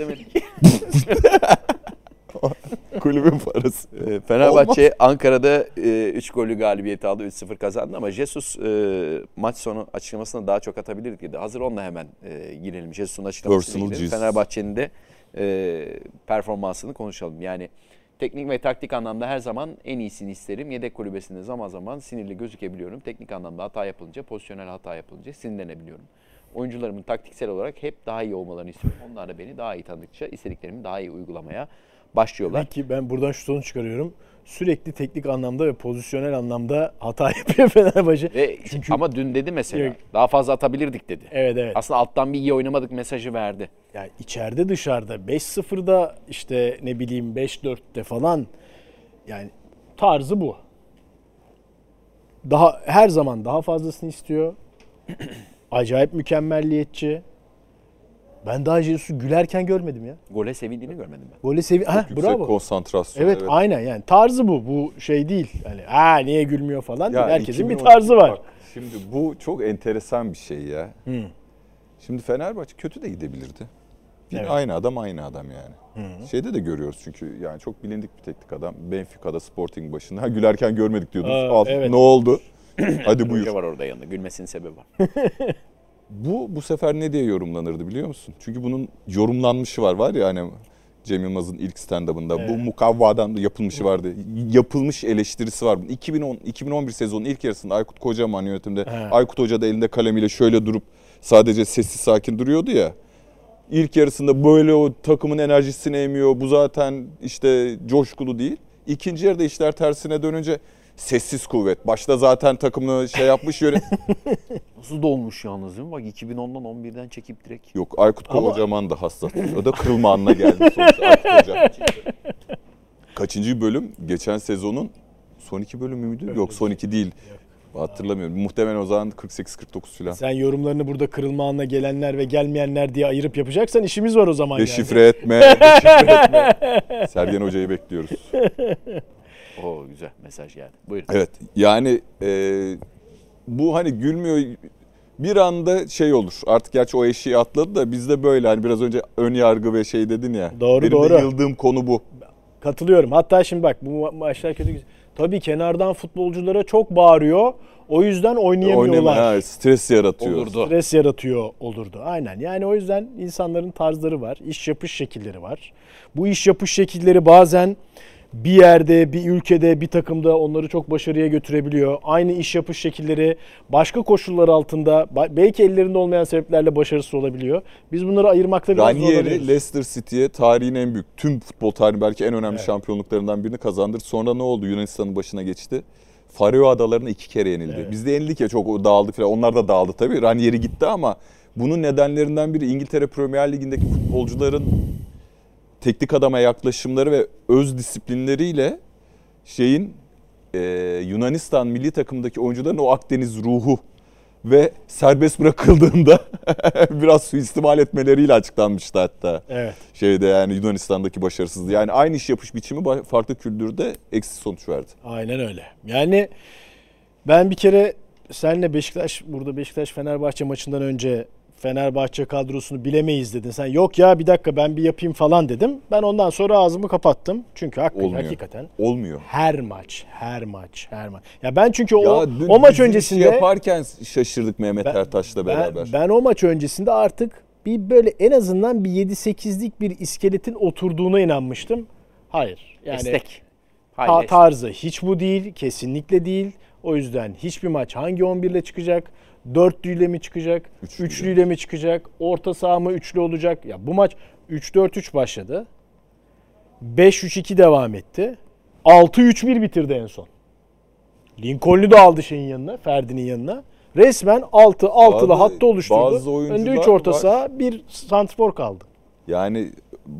kulübün parası.
Fenerbahçe Ankara'da 3 gollü galibiyeti aldı. 3-0 kazandı ama Jesus maç sonu açıklamasına daha çok atabilirdi dedi. Hazır onunla hemen girelim. Jesus'un açıklamasına
Personal
girelim.
Jesus.
Fenerbahçe'nin de performansını konuşalım. Yani teknik ve taktik anlamda her zaman en iyisini isterim. Yedek kulübesinde zaman zaman sinirli gözükebiliyorum. Teknik anlamda hata yapılınca, pozisyonel hata yapılınca sinirlenebiliyorum. Oyuncularımın taktiksel olarak hep daha iyi olmalarını istiyorum. Onlar da beni daha iyi tanıdıkça istediklerimi daha iyi uygulamaya başlıyorlar.
Demek ki ben buradan şu sonuç çıkarıyorum. sürekli teknik anlamda ve pozisyonel anlamda hata yapıyor Fenerbahçe.
Ama dün dedi mesela
Yok.
daha fazla atabilirdik dedi.
Evet.
Aslında alttan bir iyi oynamadık mesajı verdi.
Yani içeride dışarıda 5-0'da işte ne bileyim 5-4'te falan yani tarzı bu. Daha her zaman daha fazlasını istiyor. Acayip mükemmelliyetçi. Ben daha Jesus'u gülerken görmedim ya.
Gole sevindiğini görmedim ben.
Gole
Yüksek
bravo.
konsantrasyon.
Evet, aynen yani tarzı bu. Bu şey değil. Hani niye gülmüyor falan değil. Herkesin bir
2012
tarzı var.
bak, şimdi bu çok enteresan bir şey ya. Şimdi Fenerbahçe kötü de gidebilirdi. Yine
Evet.
aynı adam yani. Şeyde de görüyoruz çünkü yani çok bilindik bir teknik adam. Benfica'da Sporting başında. Gülerken görmedik diyordunuz.
Evet.
Ne oldu? Hadi buyur.
Hoca var orada yanında. Gülmesinin sebebi var.
Bu sefer ne diye yorumlanırdı biliyor musun? Çünkü bunun yorumlanmışı var ya hani Cem Yılmaz'ın ilk stand-up'ında.
Evet.
Bu mukavvadan da yapılmışı vardı. Yapılmış eleştirisi var. 2011 sezonun ilk yarısında Aykut Kocaman yönetimde.
Evet.
Aykut Hoca da elinde kalemiyle şöyle durup sadece sessiz sakin duruyordu ya. İlk yarısında böyle o takımın enerjisini emiyor. Bu zaten işte coşkulu değil. İkinci yarıda işler tersine dönünce sessiz kuvvet. Başta zaten takımını yapmış
Nasıl dolmuş yalnız değil mi? Bak 2010'dan 11'den çekip direkt.
Yok Aykut Kocaman da hassas. O da kırılma anına geldi sonuçta Aykut Hoca. Kaçıncı bölüm? Geçen sezonun son 2 bölümü müydü? Yok son 2 değil. Hatırlamıyorum. Muhtemelen o zaman 48-49 falan.
Sen yorumlarını burada kırılma anına gelenler ve gelmeyenler diye ayırıp yapacaksan işimiz var o zaman yani.
Deşifre etme. Sergen Hoca'yı bekliyoruz.
Oo güzel mesaj geldi. Buyurun.
Evet yani bu hani gülmüyor bir anda olur. Artık gerçi o eşiği atladı da bizde böyle hani biraz önce ön yargı ve dedin ya.
Doğru,
benim
doğru.
de yıldığım konu bu.
Katılıyorum. Hatta şimdi bak bu maçlar kötü. Tabii kenardan futbolculara çok bağırıyor. O yüzden oynayamıyorlar.
Stres yaratıyor.
Olurdu.
Stres yaratıyor olurdu. Aynen. Yani o yüzden insanların tarzları var. İş yapış şekilleri var. Bu iş yapış şekilleri bazen bir yerde, bir ülkede, bir takımda onları çok başarıya götürebiliyor. Aynı iş yapış şekilleri başka koşullar altında belki ellerinde olmayan sebeplerle başarısız olabiliyor. Biz bunları ayırmakta biraz
Ranieri
zorlanıyoruz.
Leicester City'ye tarihin en büyük, tüm futbol tarihinin belki en önemli şampiyonluklarından birini kazandırdı. Sonra ne oldu? Yunanistan'ın başına geçti. Faroe Adaları'na 2 kere yenildi.
Evet.
Biz de yenildik ya çok dağıldık falan. Onlar da dağıldı tabii. Ranieri gitti ama bunun nedenlerinden biri İngiltere Premier Ligi'ndeki futbolcuların teknik adama yaklaşımları ve öz disiplinleriyle Yunanistan milli takımındaki oyuncuların o Akdeniz ruhu ve serbest bırakıldığında biraz suistimal etmeleriyle açıklanmıştı hatta.
Evet.
Yani Yunanistan'daki başarısızlığı. Yani aynı iş yapış biçimi farklı kültürde eksiz sonuç verdi.
Aynen öyle. Yani ben bir kere senle Beşiktaş Fenerbahçe maçından önce Fenerbahçe kadrosunu bilemeyiz dedin. Sen yok ya bir dakika ben bir yapayım falan dedim. Ben ondan sonra ağzımı kapattım. Çünkü hakikaten
Olmuyor.
her maç. Ya ben çünkü
Dün
o maç
bizim
öncesinde
işi yaparken şaşırdık Mehmet Ertaş'la beraber.
ben o maç öncesinde artık bir böyle en azından bir 7-8'lik bir iskeletin oturduğuna inanmıştım. Hayır. Yani
Esnek.
tarzı hiç bu değil. Kesinlikle değil. O yüzden hiçbir maç hangi 11 ile çıkacak? Dörtlüyle mi çıkacak? Üçlüyle mi çıkacak? Orta saha mı üçlü olacak? Ya bu maç 3-4-3 başladı. 5-3-2 devam etti. 6-3-1 bitirdi en son. Lincoln'u da aldı yanına, Ferdi'nin yanına. Resmen 6'lı hattı oluşturdu. Önde 3 orta saha, 1 santrfor kaldı.
Yani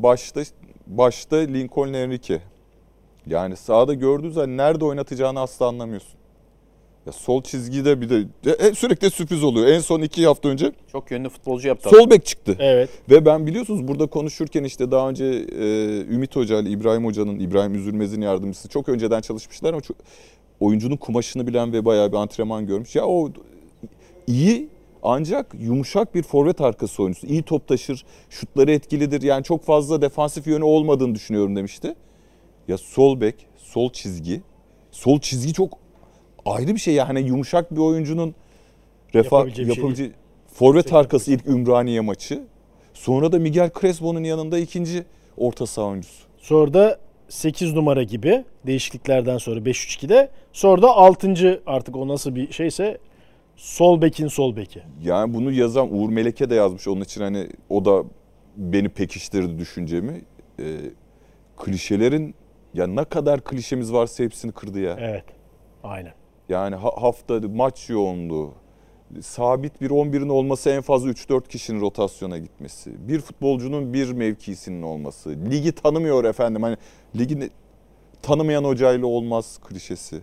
başta Lincoln Enrique. Yani sahada gördüğün zaman nerede oynatacağını asla anlamıyorsun. Ya sol çizgide bir de sürekli sürpriz oluyor. En son 2 hafta önce
çok yönlü futbolcu yaptı.
Sol bek çıktı.
Evet.
Ve ben biliyorsunuz burada konuşurken daha önce Ümit Hoca ile İbrahim Üzülmez'in yardımcısı çok önceden çalışmışlar ama oyuncunun kumaşını bilen ve bayağı bir antrenman görmüş. Ya o iyi ancak yumuşak bir forvet arkası oyuncusu. İyi top taşır, şutları etkilidir. Yani çok fazla defansif yönü olmadığını düşünüyorum demişti. Ya sol bek, sol çizgi çok ayrı bir şey. Yani yumuşak bir oyuncunun yapabileceği forvet arkası ilk Ümraniye maçı. Sonra da Miguel Crespo'nun yanında ikinci orta saha oyuncusu.
Sonra da 8 numara gibi değişikliklerden sonra 5-3-2'de. Sonra da 6. artık o nasıl bir şeyse sol bekin sol beki.
Yani bunu yazan Uğur Meleke de yazmış. Onun için o da beni pekiştirdi düşüncemi. Klişelerin Ya ne kadar klişemiz varsa hepsini kırdı ya.
Evet. Aynen.
Yani hafta maç yoğunluğu, sabit bir 11'in olması, en fazla 3-4 kişinin rotasyona gitmesi, bir futbolcunun bir mevkisinin olması, ligi tanımıyor efendim, hani ligi tanımayan hocayla olmaz klişesi.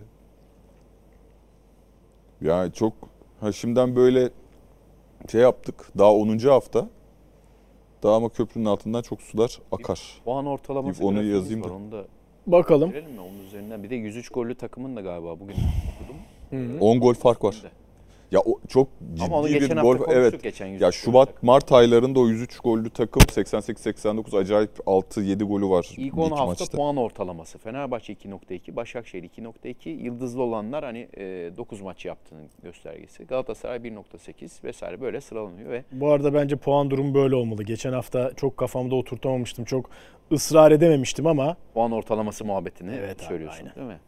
Yani çok şimdiden böyle şey yaptık, daha 10. hafta, daha ama köprünün altından çok sular akar.
Puan ortalaması
Onu
grafiğimiz
yazayım
var,
da.
onu da
Bakalım.
görelim mi onun üzerinden? Bir de 103 gollü takımın da galiba bugün okudum.
10 gol fark var. Ya o çok
Ama onu
ciddi
geçen
bir
hafta
gol.
konuştuk,
Evet.
geçen 103
Ya
gollü
Şubat
takım.
Mart aylarında o 103 gollü takım 88-89 acayip 6-7 golü var.
İlk
bir
10
iki
hafta
maçta.
puan ortalaması. Fenerbahçe 2.2, Başakşehir 2.2. Yıldızlı olanlar hani 9 maç yaptığının göstergesi. Galatasaray 1.8 vesaire böyle sıralanıyor ve
Bu arada bence puan durumu böyle olmalı. Geçen hafta çok kafamda oturtamamıştım. Çok ısrar edememiştim ama
puan ortalaması muhabbetini
Evet abi,
söylüyorsun,
aynen.
değil mi?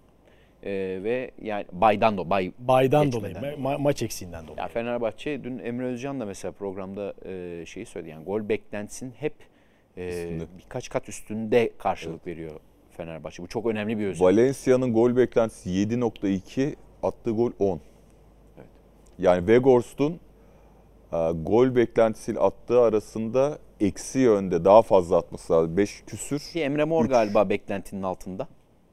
Ve yani baydan
baydan dolayı,
geçmeden
maç eksiğinden dolayı.
Ya Fenerbahçe dün Emre Özcan da mesela programda şeyi söyledi. Yani gol beklentisinin hep birkaç kat üstünde karşılık veriyor Fenerbahçe. Bu çok önemli bir özellik.
Valencia'nın gol beklentisi 7.2, attığı gol 10.
Evet.
Yani Weghorst'un gol beklentisiyle attığı arasında eksi yönde daha fazla atması lazım. 5 küsür.
Ki Emre Mor
3.
galiba beklentinin altında.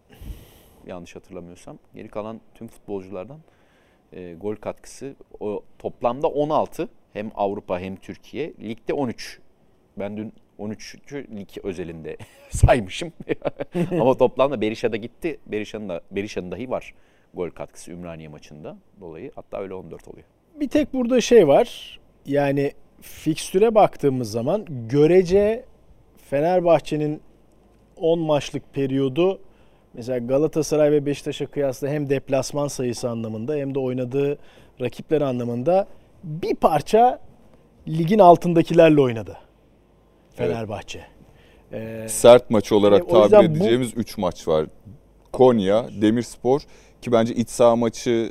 Yanlış hatırlamıyorsam. Geri kalan tüm futbolculardan gol katkısı o toplamda 16. Hem Avrupa hem Türkiye. Ligde 13. Ben dün 13. lig özelinde saymışım. Ama toplamda Berisha'da gitti. Berisha'nın dahi var gol katkısı Ümraniye maçında dolayı. Hatta öyle 14 oluyor.
Bir tek burada şey var. Yani fikstüre baktığımız zaman görece Fenerbahçe'nin 10 maçlık periyodu mesela Galatasaray ve Beşiktaş'a kıyasla hem deplasman sayısı anlamında hem de oynadığı rakipler anlamında bir parça ligin altındakilerle oynadı Fenerbahçe.
Sert maç olarak
o yüzden
tabir edeceğimiz 3 maç var. Konya, Demirspor ki bence iç saha maçı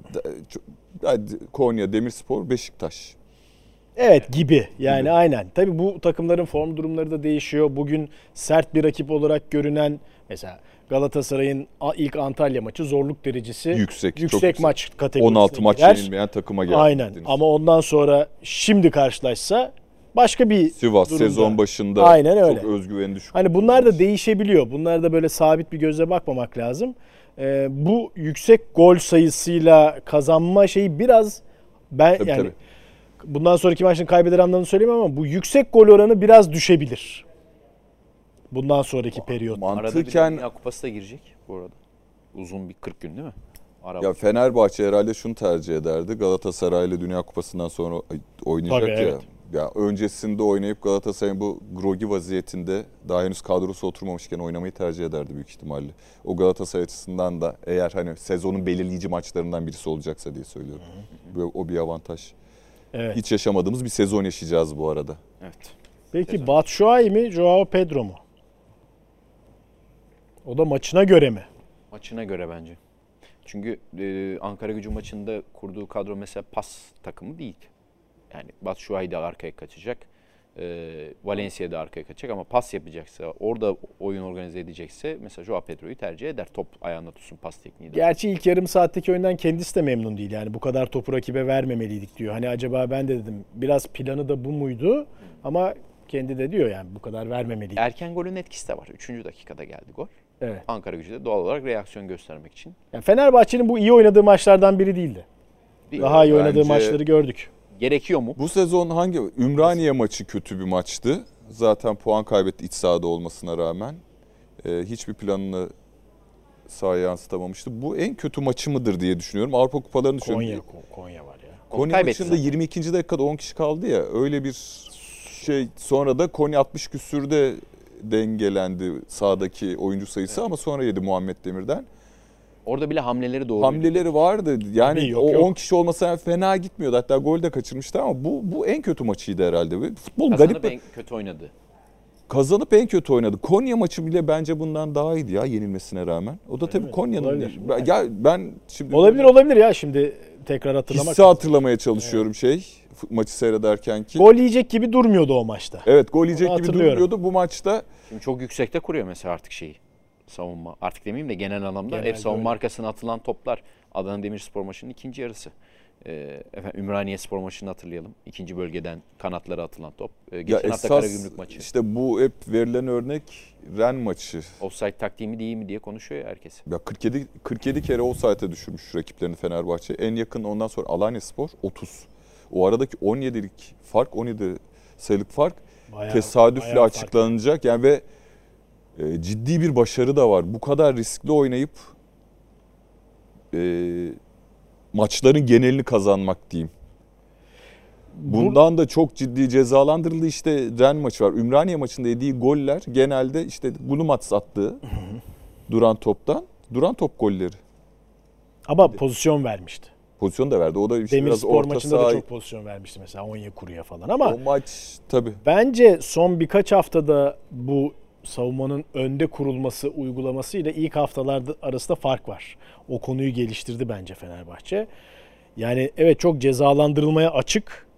Konya, Demirspor, Beşiktaş.
Evet gibi yani aynen. Tabii bu takımların form durumları da değişiyor. Bugün sert bir rakip olarak görünen mesela Galatasaray'ın ilk Antalya maçı zorluk derecesi
Yüksek
maç kategorisine
16 maç
girer.
yenilmeyen takıma geldi.
Aynen
dediniz.
ama ondan sonra şimdi karşılaşsa başka bir
Sivas
durumda.
sezon başında
Aynen öyle.
çok özgüveni düşük.
Hani bunlar da değişebiliyor. Bunlar da böyle sabit bir gözle bakmamak lazım. Bu yüksek gol sayısıyla kazanma şeyi biraz
Tabii.
bundan sonraki maçın kaybeder anlamını söyleyeyim ama bu yüksek gol oranı biraz düşebilir. Bundan sonraki periyot.
Arada bir de
Mantıken
Dünya Kupası da girecek bu arada. Uzun bir 40 gün değil mi?
ya Fenerbahçe herhalde şunu tercih ederdi. Galatasaray'la Dünya Kupası'ndan sonra oynayacak
Tabii,
ya.
evet.
Ya öncesinde oynayıp Galatasaray'ın bu grogi vaziyetinde daha henüz kadrosu oturmamışken oynamayı tercih ederdi büyük ihtimalle. O Galatasaray açısından da eğer hani sezonun belirleyici maçlarından birisi olacaksa diye söylüyorum. O bir avantaj.
Evet.
Hiç yaşamadığımız bir sezon yaşayacağız bu arada.
Evet.
Peki Batshuayi mi, Joao Pedro mu? O da maçına göre mi?
Maçına göre bence. Çünkü Ankaragücü maçında kurduğu kadro mesela pas takımı değil. Yani Batshuayi de arkaya kaçacak. Valencia da arkaya kaçacak ama pas yapacaksa, orada oyun organize edecekse mesela Joao Pedro'yu tercih eder. Top ayağında tutsun, pas tekniği de.
Gerçi ilk yarım saatteki oyundan kendisi de memnun değil. Yani bu kadar topu rakibe vermemeliydik diyor. Hani acaba ben de dedim biraz planı da bu muydu? Ama kendi de diyor yani bu kadar vermemeliydik.
Erken golün etkisi de var. 3. dakikada geldi gol.
Evet.
Ankaragücü de doğal olarak reaksiyon göstermek için.
Yani Fenerbahçe'nin bu iyi oynadığı maçlardan biri değildi. Daha iyi oynadığı
Bence-
maçları gördük.
Gerekiyor mu?
Bu sezon hangi? Ümraniye maçı kötü bir maçtı. Zaten puan kaybetti iç sahada olmasına rağmen. Hiçbir planını sahaya yansıtamamıştı. Bu en kötü maçı mıdır diye düşünüyorum. Avrupa kupalarını düşünüyorum.
Konya var ya.
Konya
Kaybetti
maçında
zaten.
22. dakikada 10 kişi kaldı ya. Öyle bir şey. Sonra da Konya 60 küsürde dengelendi sahadaki oyuncu sayısı ama sonra yedi Muhammed Demir'den.
Orada bile hamleleri doğru.
Hamleleri vardı. Yani
Tabii, yok,
o
yok.
10 kişi olmasa fena gitmiyordu. Hatta gol de kaçırmıştı ama bu en kötü maçıydı herhalde. Futbol
Kazanıp
garip.
en kötü oynadı.
Kazanıp en kötü oynadı. Konya maçı bile bence bundan daha iyiydi ya yenilmesine rağmen. O da tabii
mi?
Konya'nın.
Olabilir.
Ben şimdi
Olabilir ya şimdi tekrar hatırlamak.
hissi hatırlamaya çalışıyorum maçı seyrederken ki.
Gol yiyecek gibi durmuyordu o maçta.
Evet, gol yiyecek
Onu
gibi
hatırlıyorum.
durmuyordu bu maçta.
Şimdi çok yüksekte kuruyor mesela artık şeyi. savunma. Artık demeyeyim de genel anlamda
Genelde
ev savunma
öyle.
arkasına atılan toplar. Adana Demirspor maçının ikinci yarısı. Ümraniye Spor maçını hatırlayalım. İkinci bölgeden kanatlara atılan top. Geçen hafta Karagümrük maçı.
İşte bu hep verilen örnek Ren maçı.
Offside taktiği mi değil mi diye konuşuyor ya herkes.
Ya 47 kere offside'e düşürmüş rakiplerini Fenerbahçe. En yakın ondan sonra Alanyaspor 30. O aradaki 17'lik fark, 17 sayılık fark tesadüfle
bayağı
açıklanacak. Yani ve ciddi bir başarı da var. Bu kadar riskli oynayıp maçların genelini kazanmak diyeyim. Bundan da çok ciddi cezalandırıldı. İşte Ren maçı var. Ümraniye maçında yediği goller genelde işte Gulumats attığı duran toptan. Duran top golleri.
Ama pozisyon vermişti.
Pozisyon da verdi. O da işte biraz
Demirspor
orta
maçında da
saha.
çok pozisyon vermişti mesela Onyekuru'ya falan ama
O maç tabii.
bence son birkaç haftada bu savunmanın önde kurulması uygulamasıyla ilk haftalarda arasında fark var. O konuyu geliştirdi bence Fenerbahçe. Yani evet çok cezalandırılmaya açık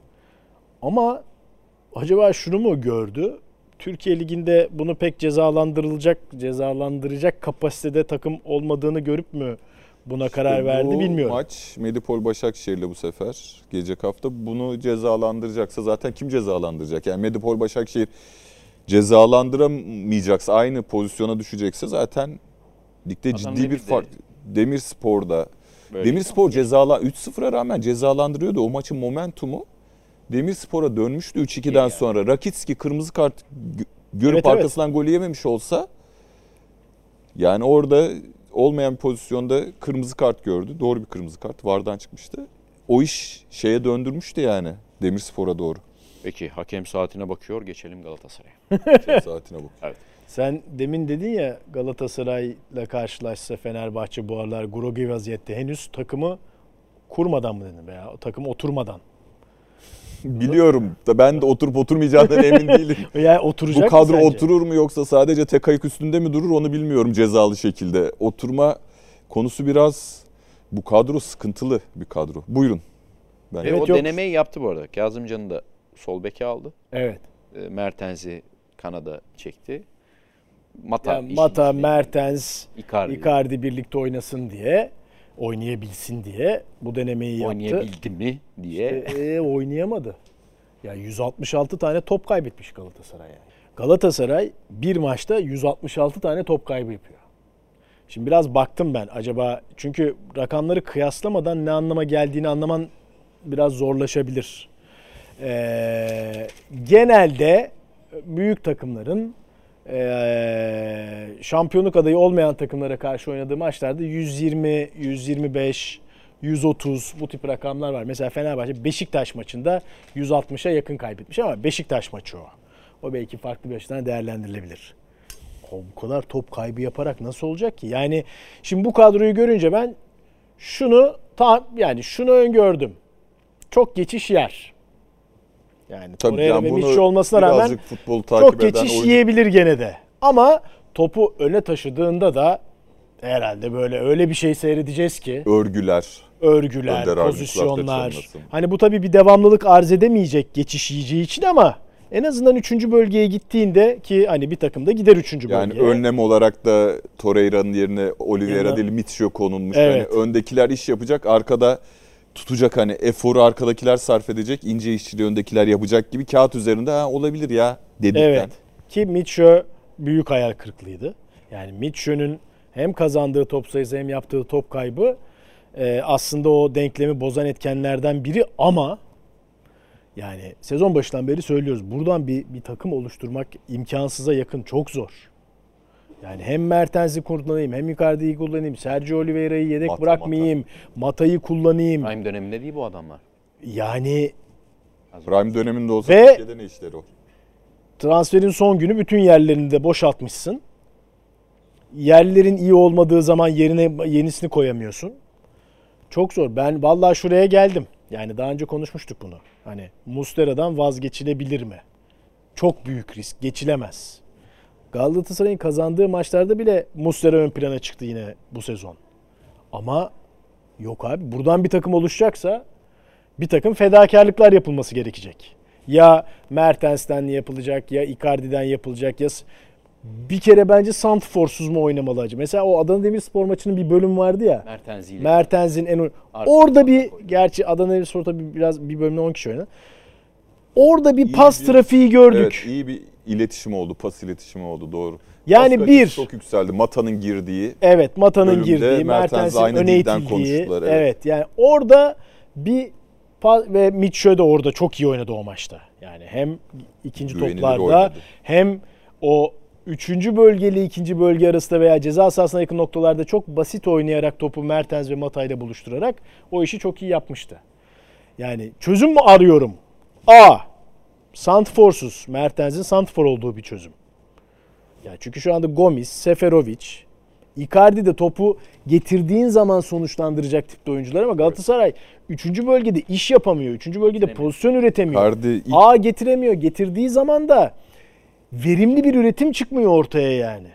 ama acaba şunu mu gördü? Türkiye Ligi'nde bunu pek cezalandıracak kapasitede takım olmadığını görüp mü buna karar verdi bilmiyorum.
Bu maç Medipol Başakşehir'le bu sefer gelecek hafta bunu cezalandıracaksa zaten kim cezalandıracak? Yani Medipol Başakşehir cezalandıramayacaksa, aynı pozisyona düşecekse zaten ligde
Adam
ciddi bir
Demir'de
fark. Demirspor'da
böyle
Demirspor 3-0'a rağmen cezalandırıyordu. O maçın momentumu Demirspor'a dönmüştü 3-2'den
yani.
sonra. Rakitski kırmızı kart görüp
Evet,
arkasından golü yememiş olsa yani orada olmayan bir pozisyonda kırmızı kart gördü. Doğru bir kırmızı kart. VAR'dan çıkmıştı. O iş şeye döndürmüştü yani Demirspor'a doğru.
Peki hakem saatine bakıyor. Geçelim Galatasaray'a.
Saatine bak.
Sen demin dedin ya Galatasaray'la karşılaşsa Fenerbahçe bu aralar grogi vaziyette. Henüz takımı kurmadan mı dedin veya takım oturmadan?
Biliyorum da ben de oturup oturmayacağından emin değilim.
Yani oturacak
Bu
mı
kadro
sence?
oturur mu yoksa sadece tek ayak üstünde mi durur onu bilmiyorum cezalı şekilde. Oturma konusu biraz, bu kadro sıkıntılı bir kadro. Buyurun.
Ve
Evet,
o
yok.
denemeyi yaptı bu arada. Kazımcan'ı da sol beke aldı.
Evet.
Mertens'i kanada çekti. Mata,
Yani
işin
Mata,
içine
Mertens,
Icardi.
Icardi birlikte oynasın diye, oynayabilsin diye bu denemeyi yaptı.
Oynayabildi mi diye.
Oynayamadı. Ya 166 tane top kaybetmiş Galatasaray yani. Galatasaray bir maçta 166 tane top kaybı yapıyor. Şimdi biraz baktım ben acaba, çünkü rakamları kıyaslamadan ne anlama geldiğini anlaman biraz zorlaşabilir. Genelde büyük takımların şampiyonluk adayı olmayan takımlara karşı oynadığı maçlarda 120, 125, 130 bu tip rakamlar var. Mesela Fenerbahçe Beşiktaş maçında 160'a yakın kaybetmiş ama Beşiktaş maçı o. O belki farklı bir açıdan değerlendirilebilir. Bu kadar top kaybı yaparak nasıl olacak ki? Yani şimdi bu kadroyu görünce ben şunu öngördüm. Çok geçiş yer. Yani Torreira ve Mitch olmasına rağmen
birazcık futbolu takip
çok
eden
geçiş
oyuncu-
yiyebilir gene de. Ama topu öne taşıdığında da herhalde böyle öyle bir şey seyredeceğiz ki.
örgüler.
Örgüler,
Önder Avni
pozisyonlar.
kulakları çınlasın.
Hani bu tabii bir devamlılık arz edemeyecek geçiş yiyeceği için ama en azından 3. bölgeye gittiğinde, ki hani bir takım da gider 3.
Yani
bölgeye.
önlem olarak da Torreira'nın yerine Oliveira
Yana-
değil Mitchell konulmuş.
Evet.
Hani öndekiler iş yapacak, arkada tutacak, hani eforu arkadakiler sarf edecek, ince işçiliği öndekiler yapacak gibi kağıt üzerinde olabilir ya dedikten.
Evet. Ki Mitchell büyük hayal kırıklığıydı. Yani Mitchell'ün hem kazandığı top sayısı hem yaptığı top kaybı aslında o denklemi bozan etkenlerden biri ama yani sezon başından beri söylüyoruz. Buradan bir takım oluşturmak imkansıza yakın, çok zor. Yani hem Mertens'i kullanayım, hem Icardi'yi kullanayım, Sergio Oliveira'yı yedek
Mata,
bırakmayayım, Mata'yı kullanayım.
Prime döneminde değil bu adamlar.
Yani
Prime döneminde olsa
Ve-
Türkiye'de ne işleri o?
transferin son günü bütün yerlerini de boşaltmışsın. Yerlerin iyi olmadığı zaman yerine yenisini koyamıyorsun. Çok zor. Ben vallahi şuraya geldim. Yani daha önce konuşmuştuk bunu. Hani Muslera'dan vazgeçilebilir mi? Çok büyük risk. Geçilemez. Galatasaray'ın kazandığı maçlarda bile Muslera ön plana çıktı yine bu sezon. Ama yok abi. Buradan bir takım oluşacaksa bir takım fedakarlıklar yapılması gerekecek. Ya Mertens'ten yapılacak, ya Icardi'den yapılacak, ya bir kere bence santrforsuz mu oynamalı acaba? Mesela o Adana Demirspor maçının bir bölüm vardı ya. Mertens'in en orada bir gerçi Adana Demirspor tabii biraz bir bölümde 10 kişi oynadı. Orada bir pas trafiği gördük.
Evet, iyi bir iletişim oldu, pas iletişimi oldu, doğru.
Yani
bir çok yükseldi. Mata'nın girdiği.
Evet, Mata'nın
bölümde
girdiği, Mertens'in öne itildiği. Evet, yani orada bir ve Mitchell de orada çok iyi oynadı o maçta. Yani hem ikinci
Güvenilir
toplarda
oynadı.
hem o 3. bölgeyle 2. bölge arasında veya ceza sahasına yakın noktalarda çok basit oynayarak topu Mertens ve Mata'yla buluşturarak o işi çok iyi yapmıştı. Yani çözüm mü arıyorum? Santrforsuz. Mertens'in santrfor olduğu bir çözüm. Yani çünkü şu anda Gomis, Seferovic, Icardi de topu getirdiğin zaman sonuçlandıracak tipte oyuncular ama Galatasaray 3. bölgede iş yapamıyor. 3. bölgede pozisyon üretemiyor. Getiremiyor. Getirdiği zaman da verimli bir üretim çıkmıyor ortaya yani.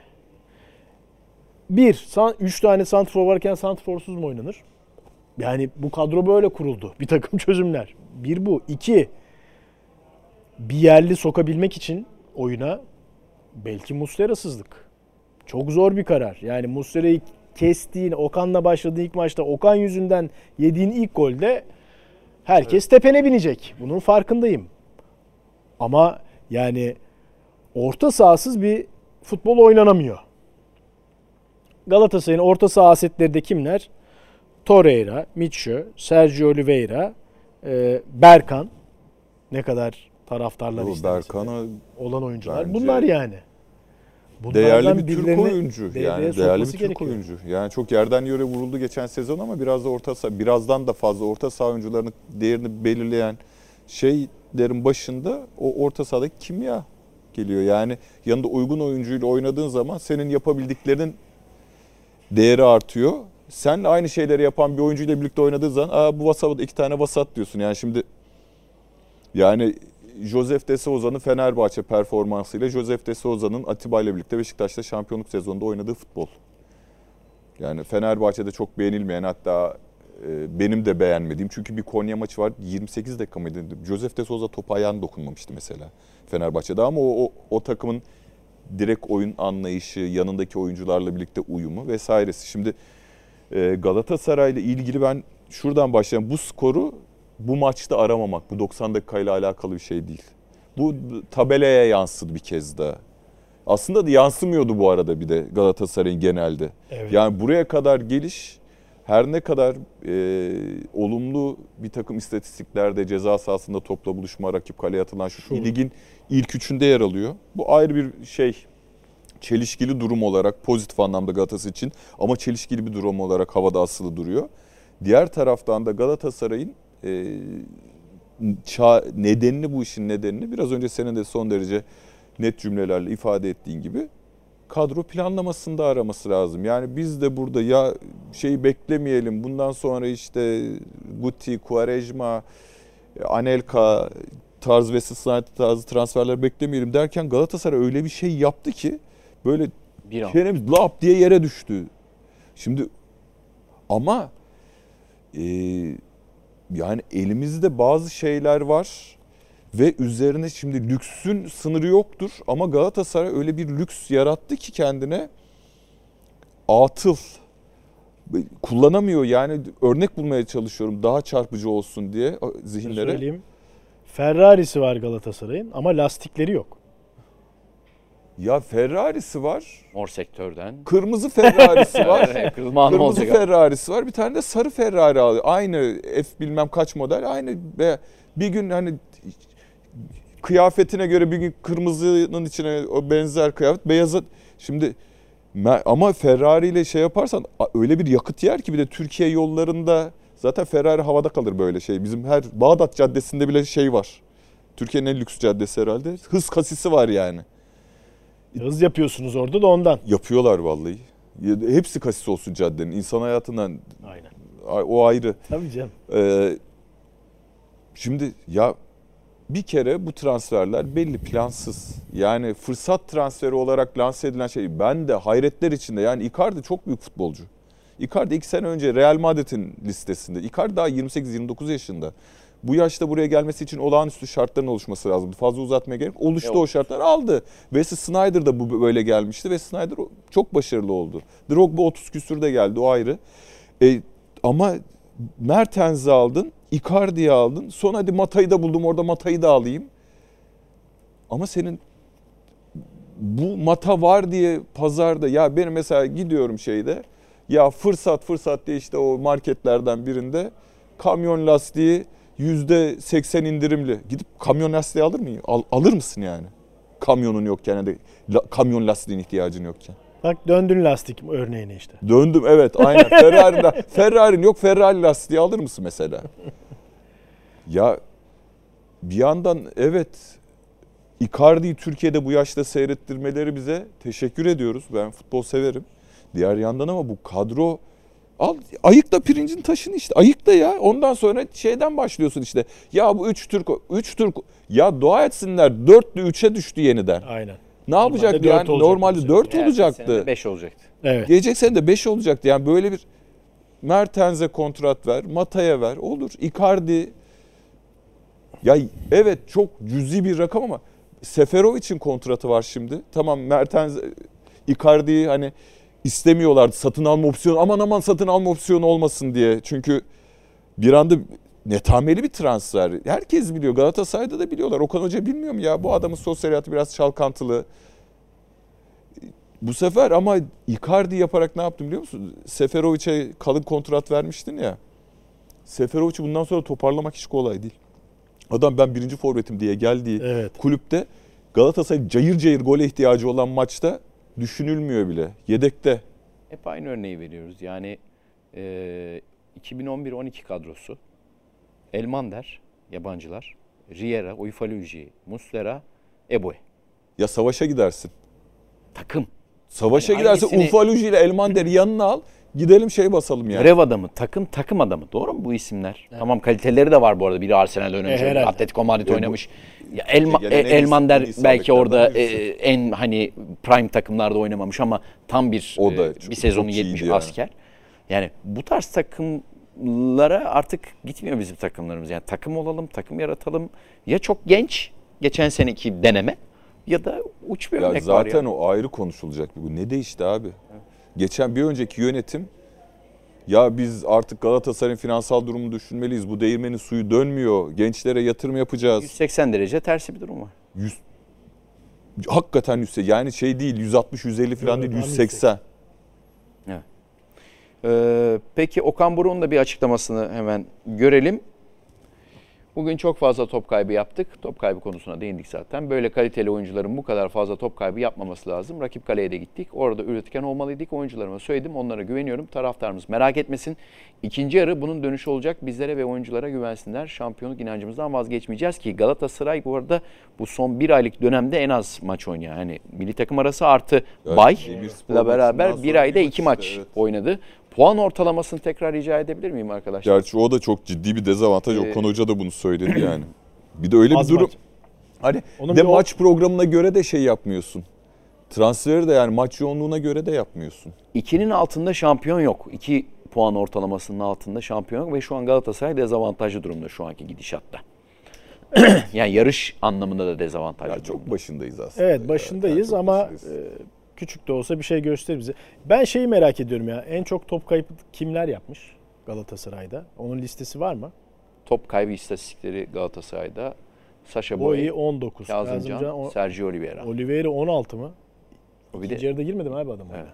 3 tane santrfor varken santrforsuz mu oynanır? Yani bu kadro böyle kuruldu. Bir takım çözümler. Bir bu. 2, bir yerli sokabilmek için oyuna belki Muslera'sızlık. Çok zor bir karar. Yani Muslera'yı kestiğin, Okan'la başladığı ilk maçta Okan yüzünden yediğin ilk golde herkes tepene binecek. Bunun farkındayım. Ama yani orta sahasız bir futbol oynanamıyor. Galatasaray'ın orta saha asetleri de kimler? Torreira, Mitchell, Sergio Oliveira, Berkan. Ne kadar taraftarlar
Berkan'a
olan oyuncular. Bunlar yani.
Değerli bir Türk oyuncu. Yani değerli bir Türk oyuncu. Yani çok yerden yere vuruldu geçen sezon ama biraz da birazdan da fazla orta saha oyuncularının değerini belirleyen şeylerin başında o orta sahadaki kimya geliyor. Yani yanında uygun oyuncuyla oynadığın zaman senin yapabildiklerinin değeri artıyor. Sen aynı şeyleri yapan bir oyuncuyla birlikte oynadığın zaman bu vasat 2 tane vasat diyorsun. Yani şimdi Josef de Souza'nın Fenerbahçe performansıyla Josef de Souza'nın Atiba ile birlikte Beşiktaş'ta şampiyonluk sezonunda oynadığı futbol. Yani Fenerbahçe'de çok beğenilmeyen, hatta benim de beğenmediğim, çünkü bir Konya maçı var 28 dakika mıydı? Josef de Souza topa ayağına dokunmamıştı mesela Fenerbahçe'de ama o takımın direkt oyun anlayışı, yanındaki oyuncularla birlikte uyumu vesairesi. Şimdi Galatasaray'la ilgili ben şuradan başlayayım. Bu skoru bu maçta aramamak, bu 90 dakikayla alakalı bir şey değil. Bu tabelaya yansıdı bir kez daha. Aslında da yansımıyordu bu arada bir de Galatasaray'ın genelde.
Evet.
Yani buraya kadar geliş her ne kadar olumlu bir takım istatistiklerde ceza sahasında topla buluşma, rakip kaleye atılan ligin ilk 3'ünde yer alıyor. Bu ayrı bir çelişkili durum olarak pozitif anlamda Galatasaray için ama çelişkili bir durum olarak havada asılı duruyor. Diğer taraftan da Galatasaray'ın bu işin nedenini biraz önce senin de son derece net cümlelerle ifade ettiğin gibi kadro planlamasında araması lazım. Yani biz de burada beklemeyelim. Bundan sonra Guti, Quaresma, Anelka tarzı transferler beklemeyelim derken Galatasaray öyle bir şey yaptı ki böyle Kerem lap diye yere düştü. Şimdi ama yani elimizde bazı şeyler var ve üzerine şimdi lüksün sınırı yoktur ama Galatasaray öyle bir lüks yarattı ki kendine atıl kullanamıyor. Yani örnek bulmaya çalışıyorum daha çarpıcı olsun diye zihinlere.
Söyleyeyim. Ferrari'si var Galatasaray'ın ama lastikleri yok.
Ya Ferrari'si var.
Mor sektörden.
Kırmızı Ferrari'si var.
Kırmızı
Ferrari'si var. Bir tane de sarı Ferrari alıyor. Aynı F bilmem kaç model. Aynı bir gün kıyafetine göre bir gün kırmızının içine o benzer kıyafet beyazı. Şimdi ama Ferrari ile yaparsan öyle bir yakıt yer ki bir de Türkiye yollarında zaten Ferrari havada kalır böyle şey. Bizim her Bağdat Caddesi'nde bile var. Türkiye'nin en lüks caddesi herhalde. Hız kasisi var yani.
Hız yapıyorsunuz orada da ondan.
Yapıyorlar vallahi. Hepsi kasis olsun caddenin. İnsan hayatından.
Aynen.
O ayrı.
Tabii canım.
Şimdi bir kere bu transferler belli plansız. Yani fırsat transferi olarak lanse edilen ben de hayretler içinde. Yani Icardi çok büyük futbolcu. Icardi 2 sene önce Real Madrid'in listesinde. Icardi daha 28-29 yaşında. bu yaşta buraya gelmesi için olağanüstü şartların oluşması lazımdı. Fazla uzatmaya gerek. Oluştu
Evet.
o şartlar, aldı. Wesley Sneijder da bu böyle gelmişti ve Sneijder çok başarılı oldu. Drogba 30 küsürde geldi, o ayrı. Ama Mertens'i aldın, Icardi'yi aldın. Sonra hadi Mata'yı da buldum, orada Mata'yı da alayım. Ama senin bu Mata var diye pazarda, ya benim mesela gidiyorum şeyde, ya fırsat diye işte o marketlerden birinde kamyon lastiği %80 indirimli. Gidip kamyon lastiği alır mıyım? Alır mısın yani? Kamyonun yokken ya da kamyon lastiğin ihtiyacın yokken.
Bak döndün lastik örneğine işte.
Döndüm, evet, aynen. Ferrari'nin yok, Ferrari lastiği alır mısın mesela? Ya bir yandan evet, Icardi'yi Türkiye'de bu yaşta seyrettirmeleri bize teşekkür ediyoruz. Ben futbol severim. Diğer yandan ama bu kadro, al ayıkla pirincin taşını işte. Ayıkla ya. Ondan sonra şeyden başlıyorsun işte. Ya bu 3 Türk ya dua etsinler, 4'lü 3'e düştü yeniden.
Aynen.
Ne yapacaktı
Normalde
yani?
dört olacaktı
Normalde
bu sene.
4
Eğer
olacaktı.
sene de 5 olacaktı.
Evet.
Gelecek sene de 5 olacaktı. Yani böyle bir Mertens'e kontrat ver, Mata'ya ver. Olur. Icardi, ya evet çok cüzi bir rakam ama Seferovic'in kontratı var şimdi. Tamam, Mertens, Icardi'yi hani istemiyorlardı, satın alma opsiyonu. Aman satın alma opsiyonu olmasın diye. Çünkü bir anda netameli bir transfer. Herkes biliyor. Galatasaray'da da biliyorlar. Okan Hoca bilmiyor mu ya? Bu adamın sosyal hayatı biraz çalkantılı. Bu sefer ama Icardi yaparak ne yaptım biliyor musun? Seferovic'e kalın kontrat vermiştin ya. Seferovic'i bundan sonra toparlamak hiç kolay değil. Adam ben birinci forvetim diye geldiği kulüpte Galatasaray cayır cayır gole ihtiyacı olan maçta düşünülmüyor bile. Yedekte.
Hep aynı örneği veriyoruz. Yani 2011-12 kadrosu. Elmander, yabancılar. Riera, Uyfaluji, Muslera, Eboe.
Ya savaşa gidersin.
Takım.
Savaşa
Yani
gidersin.
hangisini...
Ufaluji ile Elmander'i yanına al. Gidelim şey basalım yani.
Grev adamı, takım adamı. Doğru mu bu isimler? Evet. Tamam, kaliteleri de var bu arada. Biri Arsenal'de oynamış, Atletico Madrid oynamış. Ya Elmander belki orada en hani prime takımlarda oynamamış ama tam bir bir sezonu yetmiş yani. Asker. Yani bu tarz takımlara artık gitmiyor bizim takımlarımız. Yani takım olalım, takım yaratalım. Ya çok genç, geçen seneki deneme ya da uç bir örnek var.
Zaten o ayrı konuşulacak. Bu ne değişti abi? Evet. Geçen bir önceki yönetim, ya biz artık Galatasaray'ın finansal durumunu düşünmeliyiz. Bu değirmenin suyu dönmüyor. Gençlere yatırım yapacağız.
180 derece tersi bir durum var.
Hakikaten 180. Yani şey değil, 160-150 falan değil, 180.
Evet. Peki Okan Buruk'un da bir açıklamasını hemen görelim. Bugün çok fazla top kaybı yaptık. Top kaybı konusuna değindik zaten. Böyle kaliteli oyuncuların bu kadar fazla top kaybı yapmaması lazım. Rakip kaleye de gittik. Orada üretken olmalıydık. Oyuncularıma söyledim. Onlara güveniyorum. Taraftarımız merak etmesin. İkinci yarı bunun dönüşü olacak. Bizlere ve oyunculara güvensinler. Şampiyonluk inancımızdan vazgeçmeyeceğiz ki Galatasaray bu arada bu son bir aylık dönemde en az maç oynuyor. Yani milli takım arası artı bayla beraber bir ayda 2 maç oynadı. Puan ortalamasını tekrar rica edebilir miyim arkadaşlar?
Gerçi o da çok ciddi bir dezavantaj. Okan Hoca da bunu söyledi yani. Bir de öyle bir durum. Hani de maç programına göre de şey yapmıyorsun. Transferi de yani maç yoğunluğuna göre de yapmıyorsun.
2'nin altında şampiyon yok. 2 puan ortalamasının altında şampiyon yok ve şu an Galatasaray dezavantajlı durumda şu anki gidişatta. Yani yarış anlamında da dezavantajlı durumda.
Çok başındayız aslında.
Evet, başındayız yani ama küçük de olsa bir şey gösterir bize. Ben şeyi merak ediyorum ya. En çok top kaybı kimler yapmış Galatasaray'da? Onun listesi var mı?
Top kaybı istatistikleri Galatasaray'da. Sacha
Boey 19.
Kazımcan, Sergio Oliveira.
Oliveira 16 mı?
O
İkinci yarıda girmedi mi abi adam?
Evet.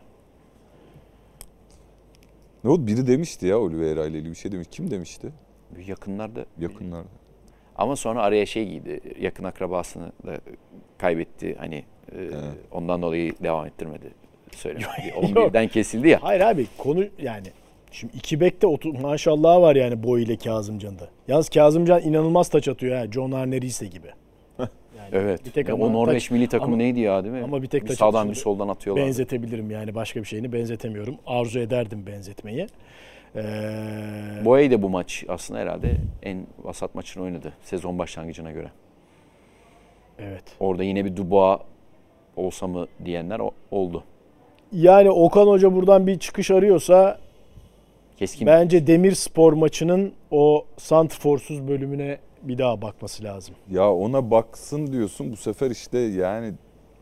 Ne oldu? Biri demişti ya Oliveira ile ilgili bir şey demiş. Kim demişti?
Yakınlarda.
Ama
sonra araya şey giydi. Yakın akrabasını da kaybetti. Hani ondan dolayı devam ettirmedi. Söylemek. 11'den kesildi ya.
Hayır abi konu yani. Şimdi iki bekte maşallah var yani Boy ile Kazımcan'da. Yalnız Kazımcan inanılmaz taç atıyor ha. John Arnerise gibi.
Yani evet. Bir tek o Norveç milli takımı neydi ya değil mi?
Ama bir tek
bir sağdan bir soldan atıyorlar.
Benzetebilirim yani başka bir şeyini benzetemiyorum. Arzu ederdim benzetmeyi.
Boey de bu maç aslında herhalde en vasat maçını oynadı sezon başlangıcına göre.
Evet.
Orada yine bir Dubois olsa mı diyenler oldu.
Yani Okan Hoca buradan bir çıkış arıyorsa
Keskin.
Bence Demirspor maçının o santrforsuz bölümüne bir daha bakması lazım.
Ya ona baksın diyorsun bu sefer işte yani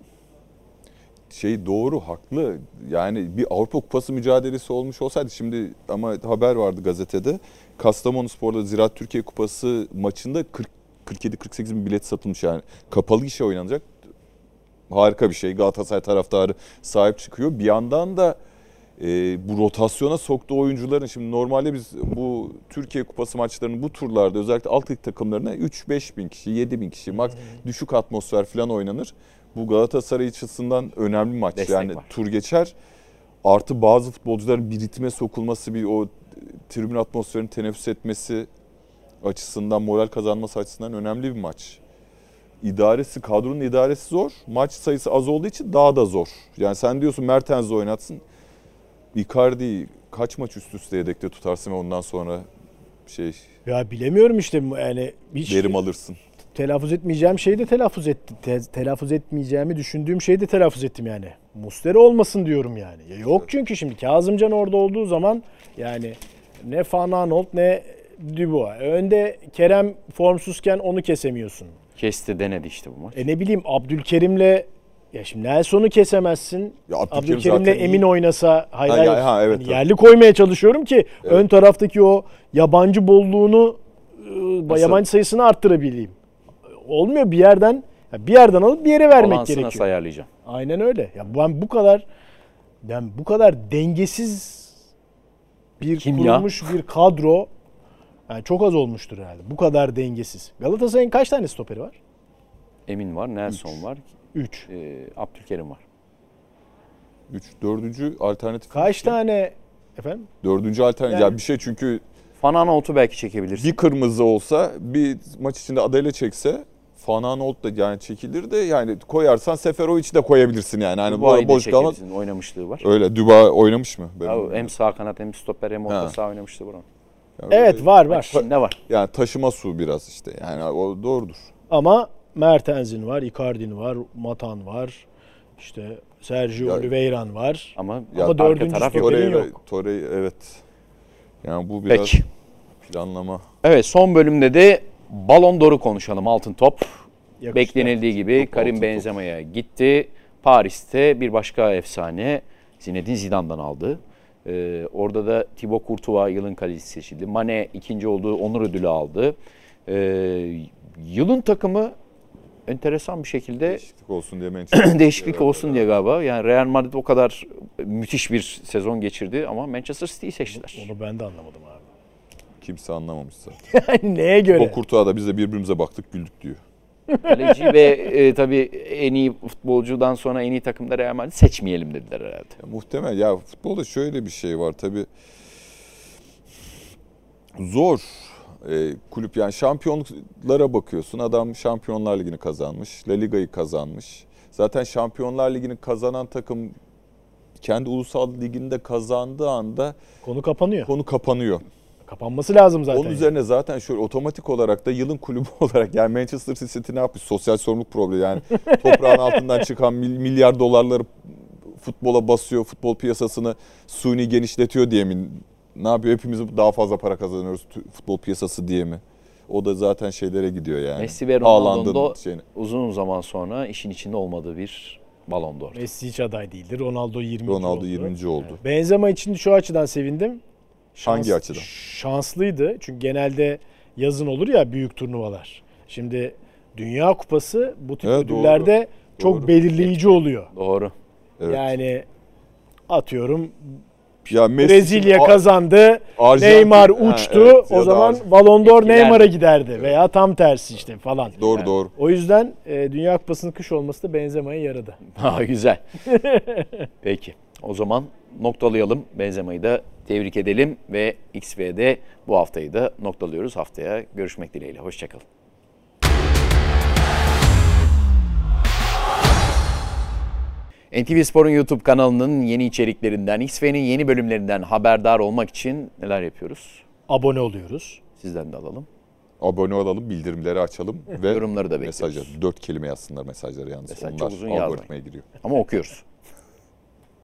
doğru, haklı. Yani bir Avrupa Kupası mücadelesi olmuş olsaydı şimdi, ama haber vardı gazetede. Kastamonuspor'da Ziraat Türkiye Kupası maçında 47-48 bin bilet satılmış, yani kapalı gişe oynanacak. Harika bir şey. Galatasaray taraftarı sahip çıkıyor. Bir yandan da bu rotasyona soktuğu oyuncuların, şimdi normalde biz bu Türkiye Kupası maçlarının bu turlarda özellikle alt lig takımlarına 3-5 bin kişi, 7 bin kişi, max düşük atmosfer falan oynanır. Bu Galatasaray açısından önemli bir maç.
Destek
yani
var.
tur geçer. Artı bazı futbolcuların bir ritme sokulması, bir o tribün atmosferini teneffüs etmesi açısından, moral kazanması açısından önemli bir maç. Kadronun idaresi zor. Maç sayısı az olduğu için daha da zor. Yani sen diyorsun Mertens'i oynatsın. Icardi'yi kaç maç üst üste yedekte tutarsın ve ondan sonra
Ya bilemiyorum işte, yani hiç
verim alırsın.
telaffuz etmeyeceğim şeyi de telaffuz etmeyeceğimi düşündüğüm şeyi de telaffuz ettim yani. Muslera olmasın diyorum yani. Ya yok çünkü şimdi Kazımcan orada olduğu zaman yani ne Van Aanholt ne Dubois. Önde Kerem formsuzken onu kesemiyorsun.
Kesti, denedi işte bu maç.
Ne bileyim Abdülkerim'le, ya şimdi Nelson'u kesemezsin.
Ya
Abdülkerim'le
zaten
Emin
iyi.
oynasa
Ha, evet,
hani yerli koymaya çalışıyorum ki ön taraftaki o yabancı bolluğunu, yabancı sayısını arttırabileyim. Olmuyor, bir yerden alıp bir yere vermek
Balansı
gerekiyor.
nasıl ayarlayacağım?
Aynen öyle. Ya ben bu kadar dengesiz bir
Kimya.
kurulmuş bir kadro yani çok az olmuştur herhalde. Bu kadar dengesiz. Galatasaray'ın kaç tane stoperi var?
Emin var, Nelson var,
3.
Abdülkerim var.
4. alternatif.
Kaç tane efendim?
4. alternatif.
Yani-
Ya bir şey, çünkü
Van Aanholt'u belki çekebilirsin.
bir kırmızı olsa, bir maç içinde Adele çekse Van Aanholt da yani çekilir de, yani koyarsan Seferovic'i de koyabilirsin yani. Hani
Dubai'yi de
boş kalan
çekebilirsin, oynamışlığı var.
öyle. Duba oynamışmı?
Ya, hem sağ kanat hem stoper hem orta
Ha.
saha oynamıştı buranın.
Yani
Evet,
öyle.
var.
Maç içinde var.
Yani taşıma su biraz işte. Yani o doğrudur.
Ama Mertens'in var, Icardi'nin var, Matan var. İşte Sergio
Ya-
Oliveira'nın var.
Ama,
Ama
arka
dördüncü
taraf
stoper-
yok.
Stoperin yok.
Torreira, evet. Yani bu biraz
Peki.
planlama.
Evet, son bölümde de Ballon d'Or'u konuşalım. Altın top.
Yakıştı.
Beklenildiği gibi
Top,
Karim
altın top.
Benzema'ya gitti. Paris'te bir başka efsane Zinedine Zidane'dan aldı. Orada da Thibaut Courtois yılın kalecisi seçildi. Mane ikinci olduğu onur ödülü aldı. Yılın takımı enteresan bir şekilde
Değişiklik olsun diye Manchester
değişiklik olsun diye galiba. Yani Real Madrid o kadar müthiş bir sezon geçirdi ama Manchester City'yi seçtiler.
Onu ben de anlamadım abi.
kimse anlamamış zaten.
Neye göre?
O Courtois da biz de birbirimize baktık, güldük diyor.
Kaleci ve tabii en iyi futbolcudan sonra en iyi takımda Real Madrid seçmeyelim dediler herhalde.
Ya, muhtemel. Ya futbolda şöyle bir şey var tabii. Zor. Kulüp, yani şampiyonlara bakıyorsun. Adam Şampiyonlar Ligi'ni kazanmış. La Liga'yı kazanmış. Zaten Şampiyonlar Ligi'ni kazanan takım kendi ulusal liginde kazandığı anda
Konu kapanıyor.
konu kapanıyor.
Kapanması lazım zaten.
Onun üzerine zaten şöyle otomatik olarak da yılın kulübü olarak, yani Manchester City ne yapmış? Sosyal sorumluluk problemi, yani toprağın altından çıkan milyar dolarları futbola basıyor, futbol piyasasını suni genişletiyor diye mi? Ne yapıyor? Hepimiz daha fazla para kazanıyoruz futbol piyasası diye mi? O da zaten şeylere gidiyor yani.
Messi ve Ronaldo'nun
Haaland'ın
da
şeyine.
uzun zaman sonra işin içinde olmadığı bir Ballon d'Or.
Messi hiç aday değildi. Ronaldo 20.
Ronaldo
oldu.
20. oldu.
Evet. Benzema için şu açıdan sevindim.
Hangi açıdan?
Şanslıydı. Çünkü genelde yazın olur ya büyük turnuvalar. Şimdi Dünya Kupası bu tip
Evet,
ödüllerde çok
doğru.
belirleyici oluyor.
Doğru.
Evet.
Yani atıyorum
Ya Messi
Brezilya
şimdi
kazandı,
Arjantin-
Neymar
Ha,
uçtu.
evet,
O
ya da
zaman
Arjantin-
Ballon d'Or
Etkilerdi.
Neymar'a giderdi veya tam tersi işte falan.
Doğru
Yani-
doğru.
O yüzden Dünya Kupası'nın kış olması da Benzema'ya yaradı.
Ha, güzel. Peki. O zaman noktalayalım. Benzema'yı da tebrik edelim ve XV'de bu haftayı da noktalıyoruz. Haftaya görüşmek dileğiyle. Hoşçakalın. NTV Spor'un YouTube kanalının yeni içeriklerinden, XV'nin yeni bölümlerinden haberdar olmak için neler yapıyoruz?
Abone oluyoruz.
Sizden de alalım.
Abone olalım, bildirimleri açalım ve
Yorumları da bekliyoruz.
mesajlar. 4 kelime yazsınlar mesajları yalnız.
Mesaj
Onlar
çok uzun
algoritmaya
yazmayın.
giriyor.
Ama okuyoruz.